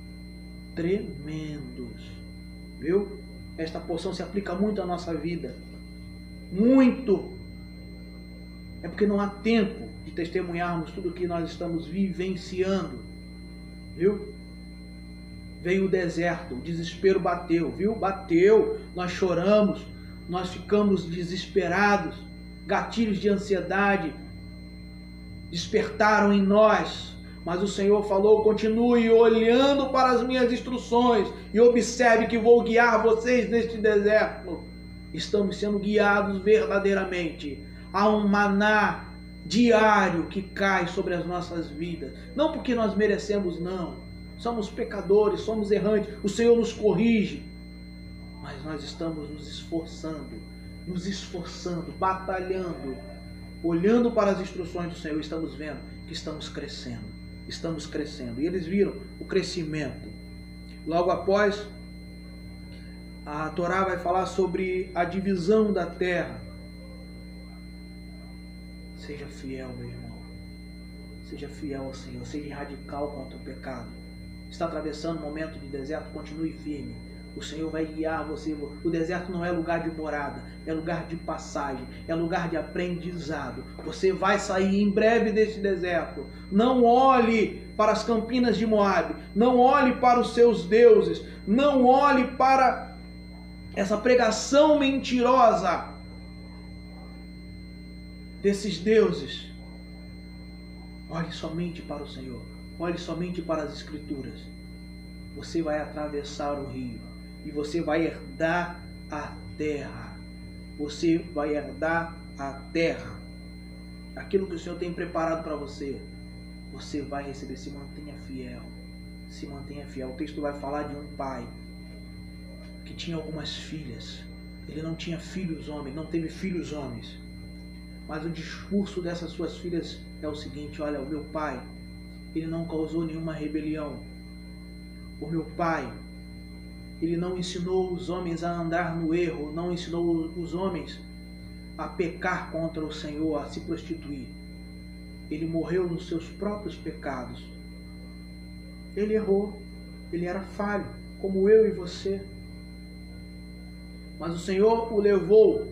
viu? Esta porção se aplica muito à nossa vida, muito. É porque não há tempo de testemunharmos tudo o que nós estamos vivenciando, viu? Veio o deserto, o desespero bateu, viu? Bateu, nós choramos, nós ficamos desesperados, gatilhos de ansiedade despertaram em nós, mas o Senhor falou: continue olhando para as minhas instruções e observe que vou guiar vocês neste deserto. Estamos sendo guiados verdadeiramente. Há um maná diário que cai sobre as nossas vidas. Não porque nós merecemos, não. Somos pecadores, somos errantes. O Senhor nos corrige. Mas nós estamos nos esforçando, batalhando, olhando para as instruções do Senhor. Estamos vendo que estamos crescendo. Estamos crescendo. E eles viram o crescimento. Logo após, a Torá vai falar sobre a divisão da terra. Seja fiel, meu irmão. Seja fiel ao Senhor. Seja radical contra o pecado. Está atravessando um momento de deserto, continue firme. O Senhor vai guiar você. O deserto não é lugar de morada, é lugar de passagem, é lugar de aprendizado. Você vai sair em breve deste deserto. Não olhe para as campinas de Moabe, não olhe para os seus deuses, não olhe para essa pregação mentirosa desses deuses. Olhe somente para o Senhor, olhe somente para as Escrituras. Você vai atravessar o rio e você vai herdar a terra. Você vai herdar a terra. Aquilo que o Senhor tem preparado para você, você vai receber. Se mantenha fiel. Se mantenha fiel. O texto vai falar de um pai que tinha algumas filhas. Ele não tinha filhos homens, não teve filhos homens. Mas o discurso dessas suas filhas é o seguinte: olha, o meu pai, ele não causou nenhuma rebelião. O meu pai, ele não ensinou os homens a andar no erro, não ensinou os homens a pecar contra o Senhor, a se prostituir. Ele morreu nos seus próprios pecados. Ele errou, ele era falho, como eu e você. Mas o Senhor o levou.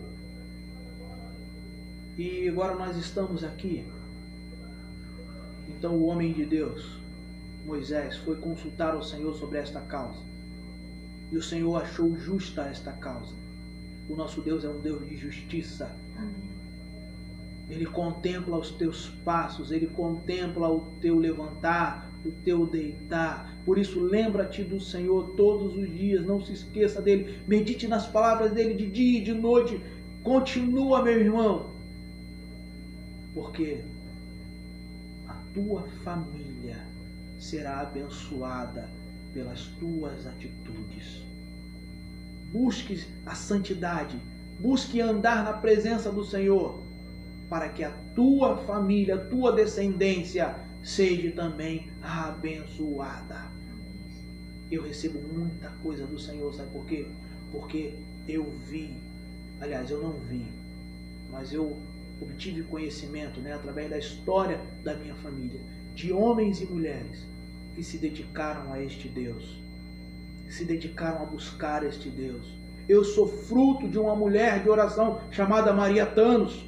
E agora nós estamos aqui. Então o homem de Deus, Moisés, foi consultar o Senhor sobre esta causa. E o Senhor achou justa esta causa. O nosso Deus é um Deus de justiça. Amém. Ele contempla os teus passos, Ele contempla o teu levantar, o teu deitar. Por isso, lembra-te do Senhor todos os dias, não se esqueça dEle. Medite nas palavras dEle de dia e de noite. Continua, meu irmão, porque a tua família será abençoada pelas tuas atitudes. Busque a santidade, busque andar na presença do Senhor, para que a tua família, a tua descendência seja também abençoada. Eu recebo muita coisa do Senhor, sabe por quê? Porque eu vi, aliás, eu não vi, mas eu obtive conhecimento, né, através da história da minha família, de homens e mulheres que se dedicaram a este Deus, se dedicaram a buscar este Deus. Eu sou fruto de uma mulher de oração chamada Maria Thanos,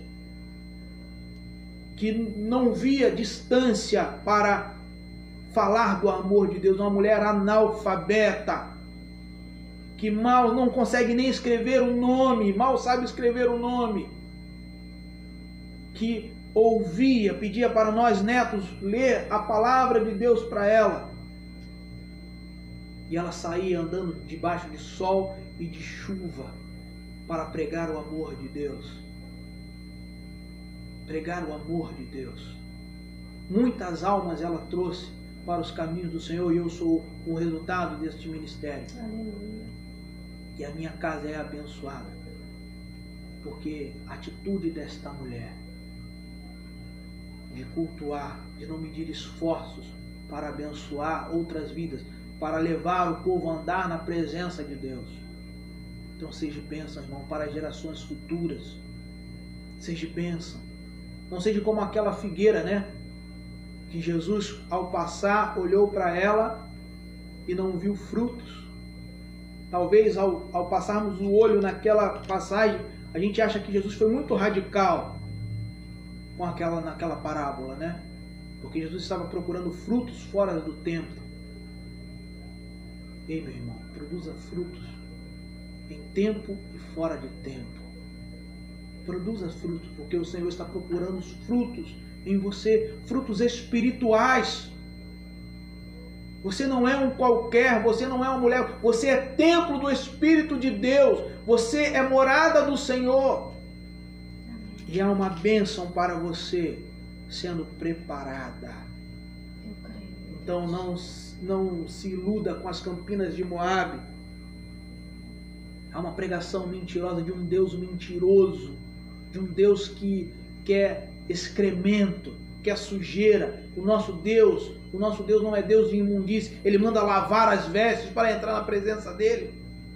que não via distância para falar do amor de Deus, uma mulher analfabeta, que mal não consegue nem escrever um nome, mal sabe escrever um nome, que ouvia, pedia para nós netos ler a palavra de Deus para ela. E ela saía andando debaixo de sol e de chuva para pregar o amor de Deus. Pregar o amor de Deus. Muitas almas ela trouxe para os caminhos do Senhor e eu sou o resultado deste ministério. Aleluia. E a minha casa é abençoada, porque a atitude desta mulher de cultuar, de não medir esforços para abençoar outras vidas, para levar o povo a andar na presença de Deus. Então seja bênção, irmão, para as gerações futuras. Seja bênção. Não seja como aquela figueira, né? Que Jesus, ao passar, olhou para ela e não viu frutos. Talvez ao passarmos o olho naquela passagem, a gente acha que Jesus foi muito radical naquela parábola, né? Porque Jesus estava procurando frutos fora do templo. Ei, meu irmão, produza frutos em tempo e fora de tempo. Produza frutos, porque o Senhor está procurando os frutos em você, frutos espirituais. Você não é um qualquer, você não é uma mulher, você é templo do Espírito de Deus, você é morada do Senhor. E há uma bênção para você sendo preparada. Então não se iluda com as campinas de Moabe. Há uma pregação mentirosa de um Deus mentiroso, de um Deus que quer excremento, quer sujeira. O nosso Deus não é Deus de imundície. Ele manda lavar as vestes para entrar na presença dele.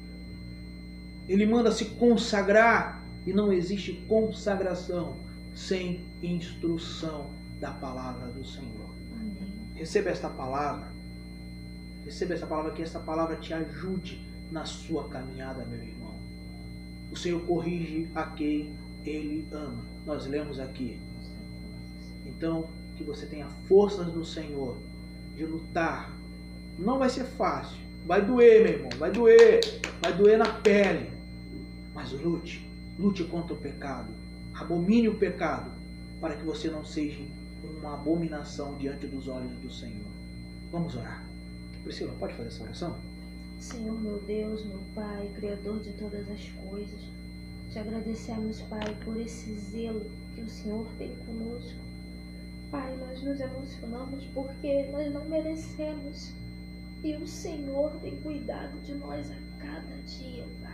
Ele manda se consagrar. E não existe consagração sem instrução da palavra do Senhor. Amém. Receba esta palavra. Receba esta palavra, que esta palavra te ajude na sua caminhada, meu irmão. O Senhor corrige a quem Ele ama. Nós lemos aqui. Então, que você tenha forças do Senhor de lutar. Não vai ser fácil. Vai doer, meu irmão. Vai doer na pele. Mas lute. Lute contra o pecado. Abomine o pecado, para que você não seja uma abominação diante dos olhos do Senhor. Vamos orar. Priscila, pode fazer essa oração? Senhor, meu Deus, meu Pai, Criador de todas as coisas, te agradecemos, Pai, por esse zelo que o Senhor tem conosco. Pai, nós nos emocionamos porque nós não merecemos. E o Senhor tem cuidado de nós a cada dia, Pai.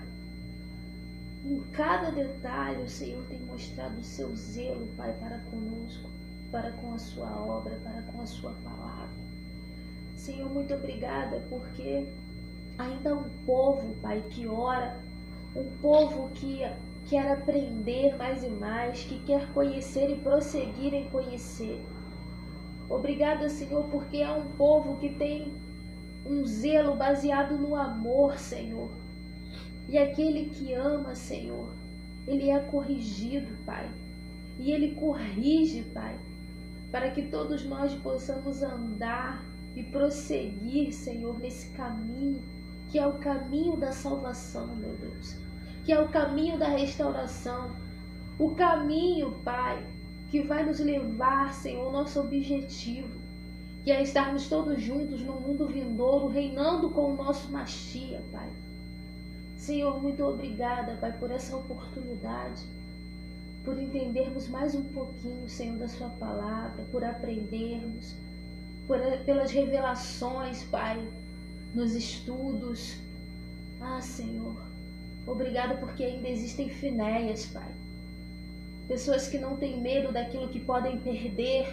Em cada detalhe, o Senhor tem mostrado o seu zelo, Pai, para conosco, para com a sua obra, para com a sua palavra. Senhor, muito obrigada, porque ainda há um povo, Pai, que ora, um povo que quer aprender mais e mais, que quer conhecer e prosseguir em conhecer. Obrigada, Senhor, porque há um povo que tem um zelo baseado no amor, Senhor. E aquele que ama, Senhor, ele é corrigido, Pai. E ele corrige, Pai, para que todos nós possamos andar e prosseguir, Senhor, nesse caminho, que é o caminho da salvação, meu Deus. Que é o caminho da restauração. O caminho, Pai, que vai nos levar, Senhor, ao nosso objetivo, que é estarmos todos juntos no mundo vindouro, reinando com o nosso Machia, Pai. Senhor, muito obrigada, Pai, por essa oportunidade, por entendermos mais um pouquinho, Senhor, da sua palavra, por aprendermos, pelas revelações, Pai, nos estudos. Ah, Senhor, obrigada porque ainda existem Finéias, Pai. Pessoas que não têm medo daquilo que podem perder,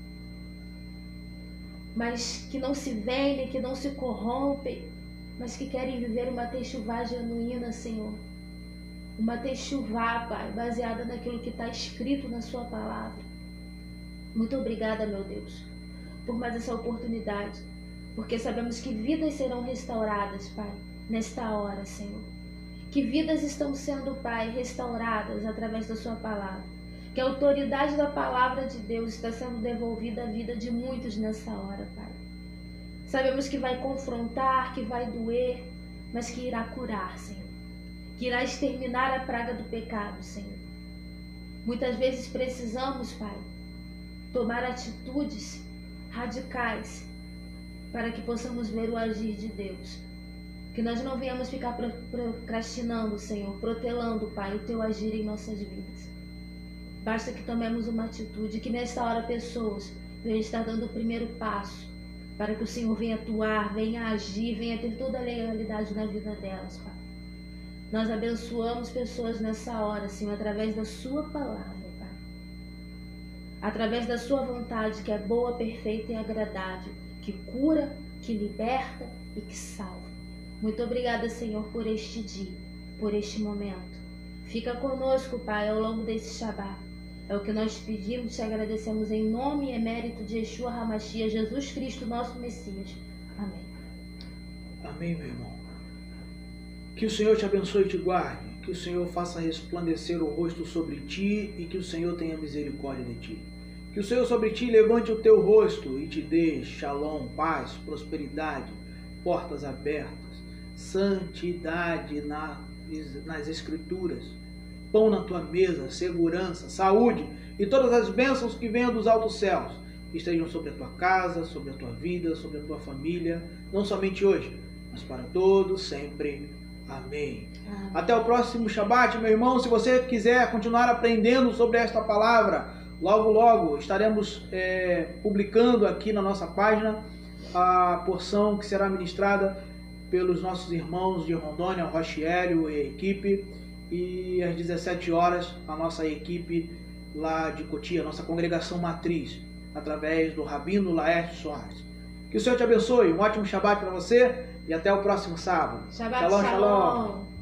mas que não se vendem, que não se corrompem, mas que querem viver uma techuvá genuína, Senhor. uma techuvá, Pai, baseada naquilo que está escrito na sua palavra. Muito obrigada, meu Deus, por mais essa oportunidade, porque sabemos que vidas serão restauradas, Pai, nesta hora, Senhor. Que vidas estão sendo, Pai, restauradas através da sua palavra. Que a autoridade da palavra de Deus está sendo devolvida à vida de muitos nessa hora, Pai. Sabemos que vai confrontar, que vai doer, mas que irá curar, Senhor. Que irá exterminar a praga do pecado, Senhor. Muitas vezes precisamos, Pai, tomar atitudes radicais para que possamos ver o agir de Deus. Que nós não venhamos ficar procrastinando, Senhor, protelando, Pai, o Teu agir em nossas vidas. Basta que tomemos uma atitude, que nesta hora pessoas venham estar dando o primeiro passo, para que o Senhor venha atuar, venha agir, venha ter toda a legalidade na vida delas, Pai. Nós abençoamos pessoas nessa hora, Senhor, através da Sua palavra, Pai. Através da Sua vontade, que é boa, perfeita e agradável, que cura, que liberta e que salva. Muito obrigada, Senhor, por este dia, por este momento. Fica conosco, Pai, ao longo desse Shabbat. É o que nós pedimos e te agradecemos em nome e emérito de Yeshua HaMashiach, Jesus Cristo, nosso Messias. Amém. Amém, meu irmão. Que o Senhor te abençoe e te guarde. Que o Senhor faça resplandecer o rosto sobre ti e que o Senhor tenha misericórdia de ti. Que o Senhor sobre ti levante o teu rosto e te dê shalom, paz, prosperidade, portas abertas, santidade nas Escrituras, pão na tua mesa, segurança, saúde e todas as bênçãos que venham dos altos céus estejam sobre a tua casa, sobre a tua vida, sobre a tua família, não somente hoje, mas para todos sempre. Amém. Até o próximo Shabbat, meu irmão. Se você quiser continuar aprendendo sobre esta palavra, logo estaremos publicando aqui na nossa página a porção que será ministrada pelos nossos irmãos de Rondônia, Rochiélio e a equipe, e às 17 horas a nossa equipe lá de Cotia, nossa congregação matriz, através do Rabino Laércio Soares. Que o Senhor te abençoe, um ótimo Shabbat para você e até o próximo sábado. Shabbat shalom.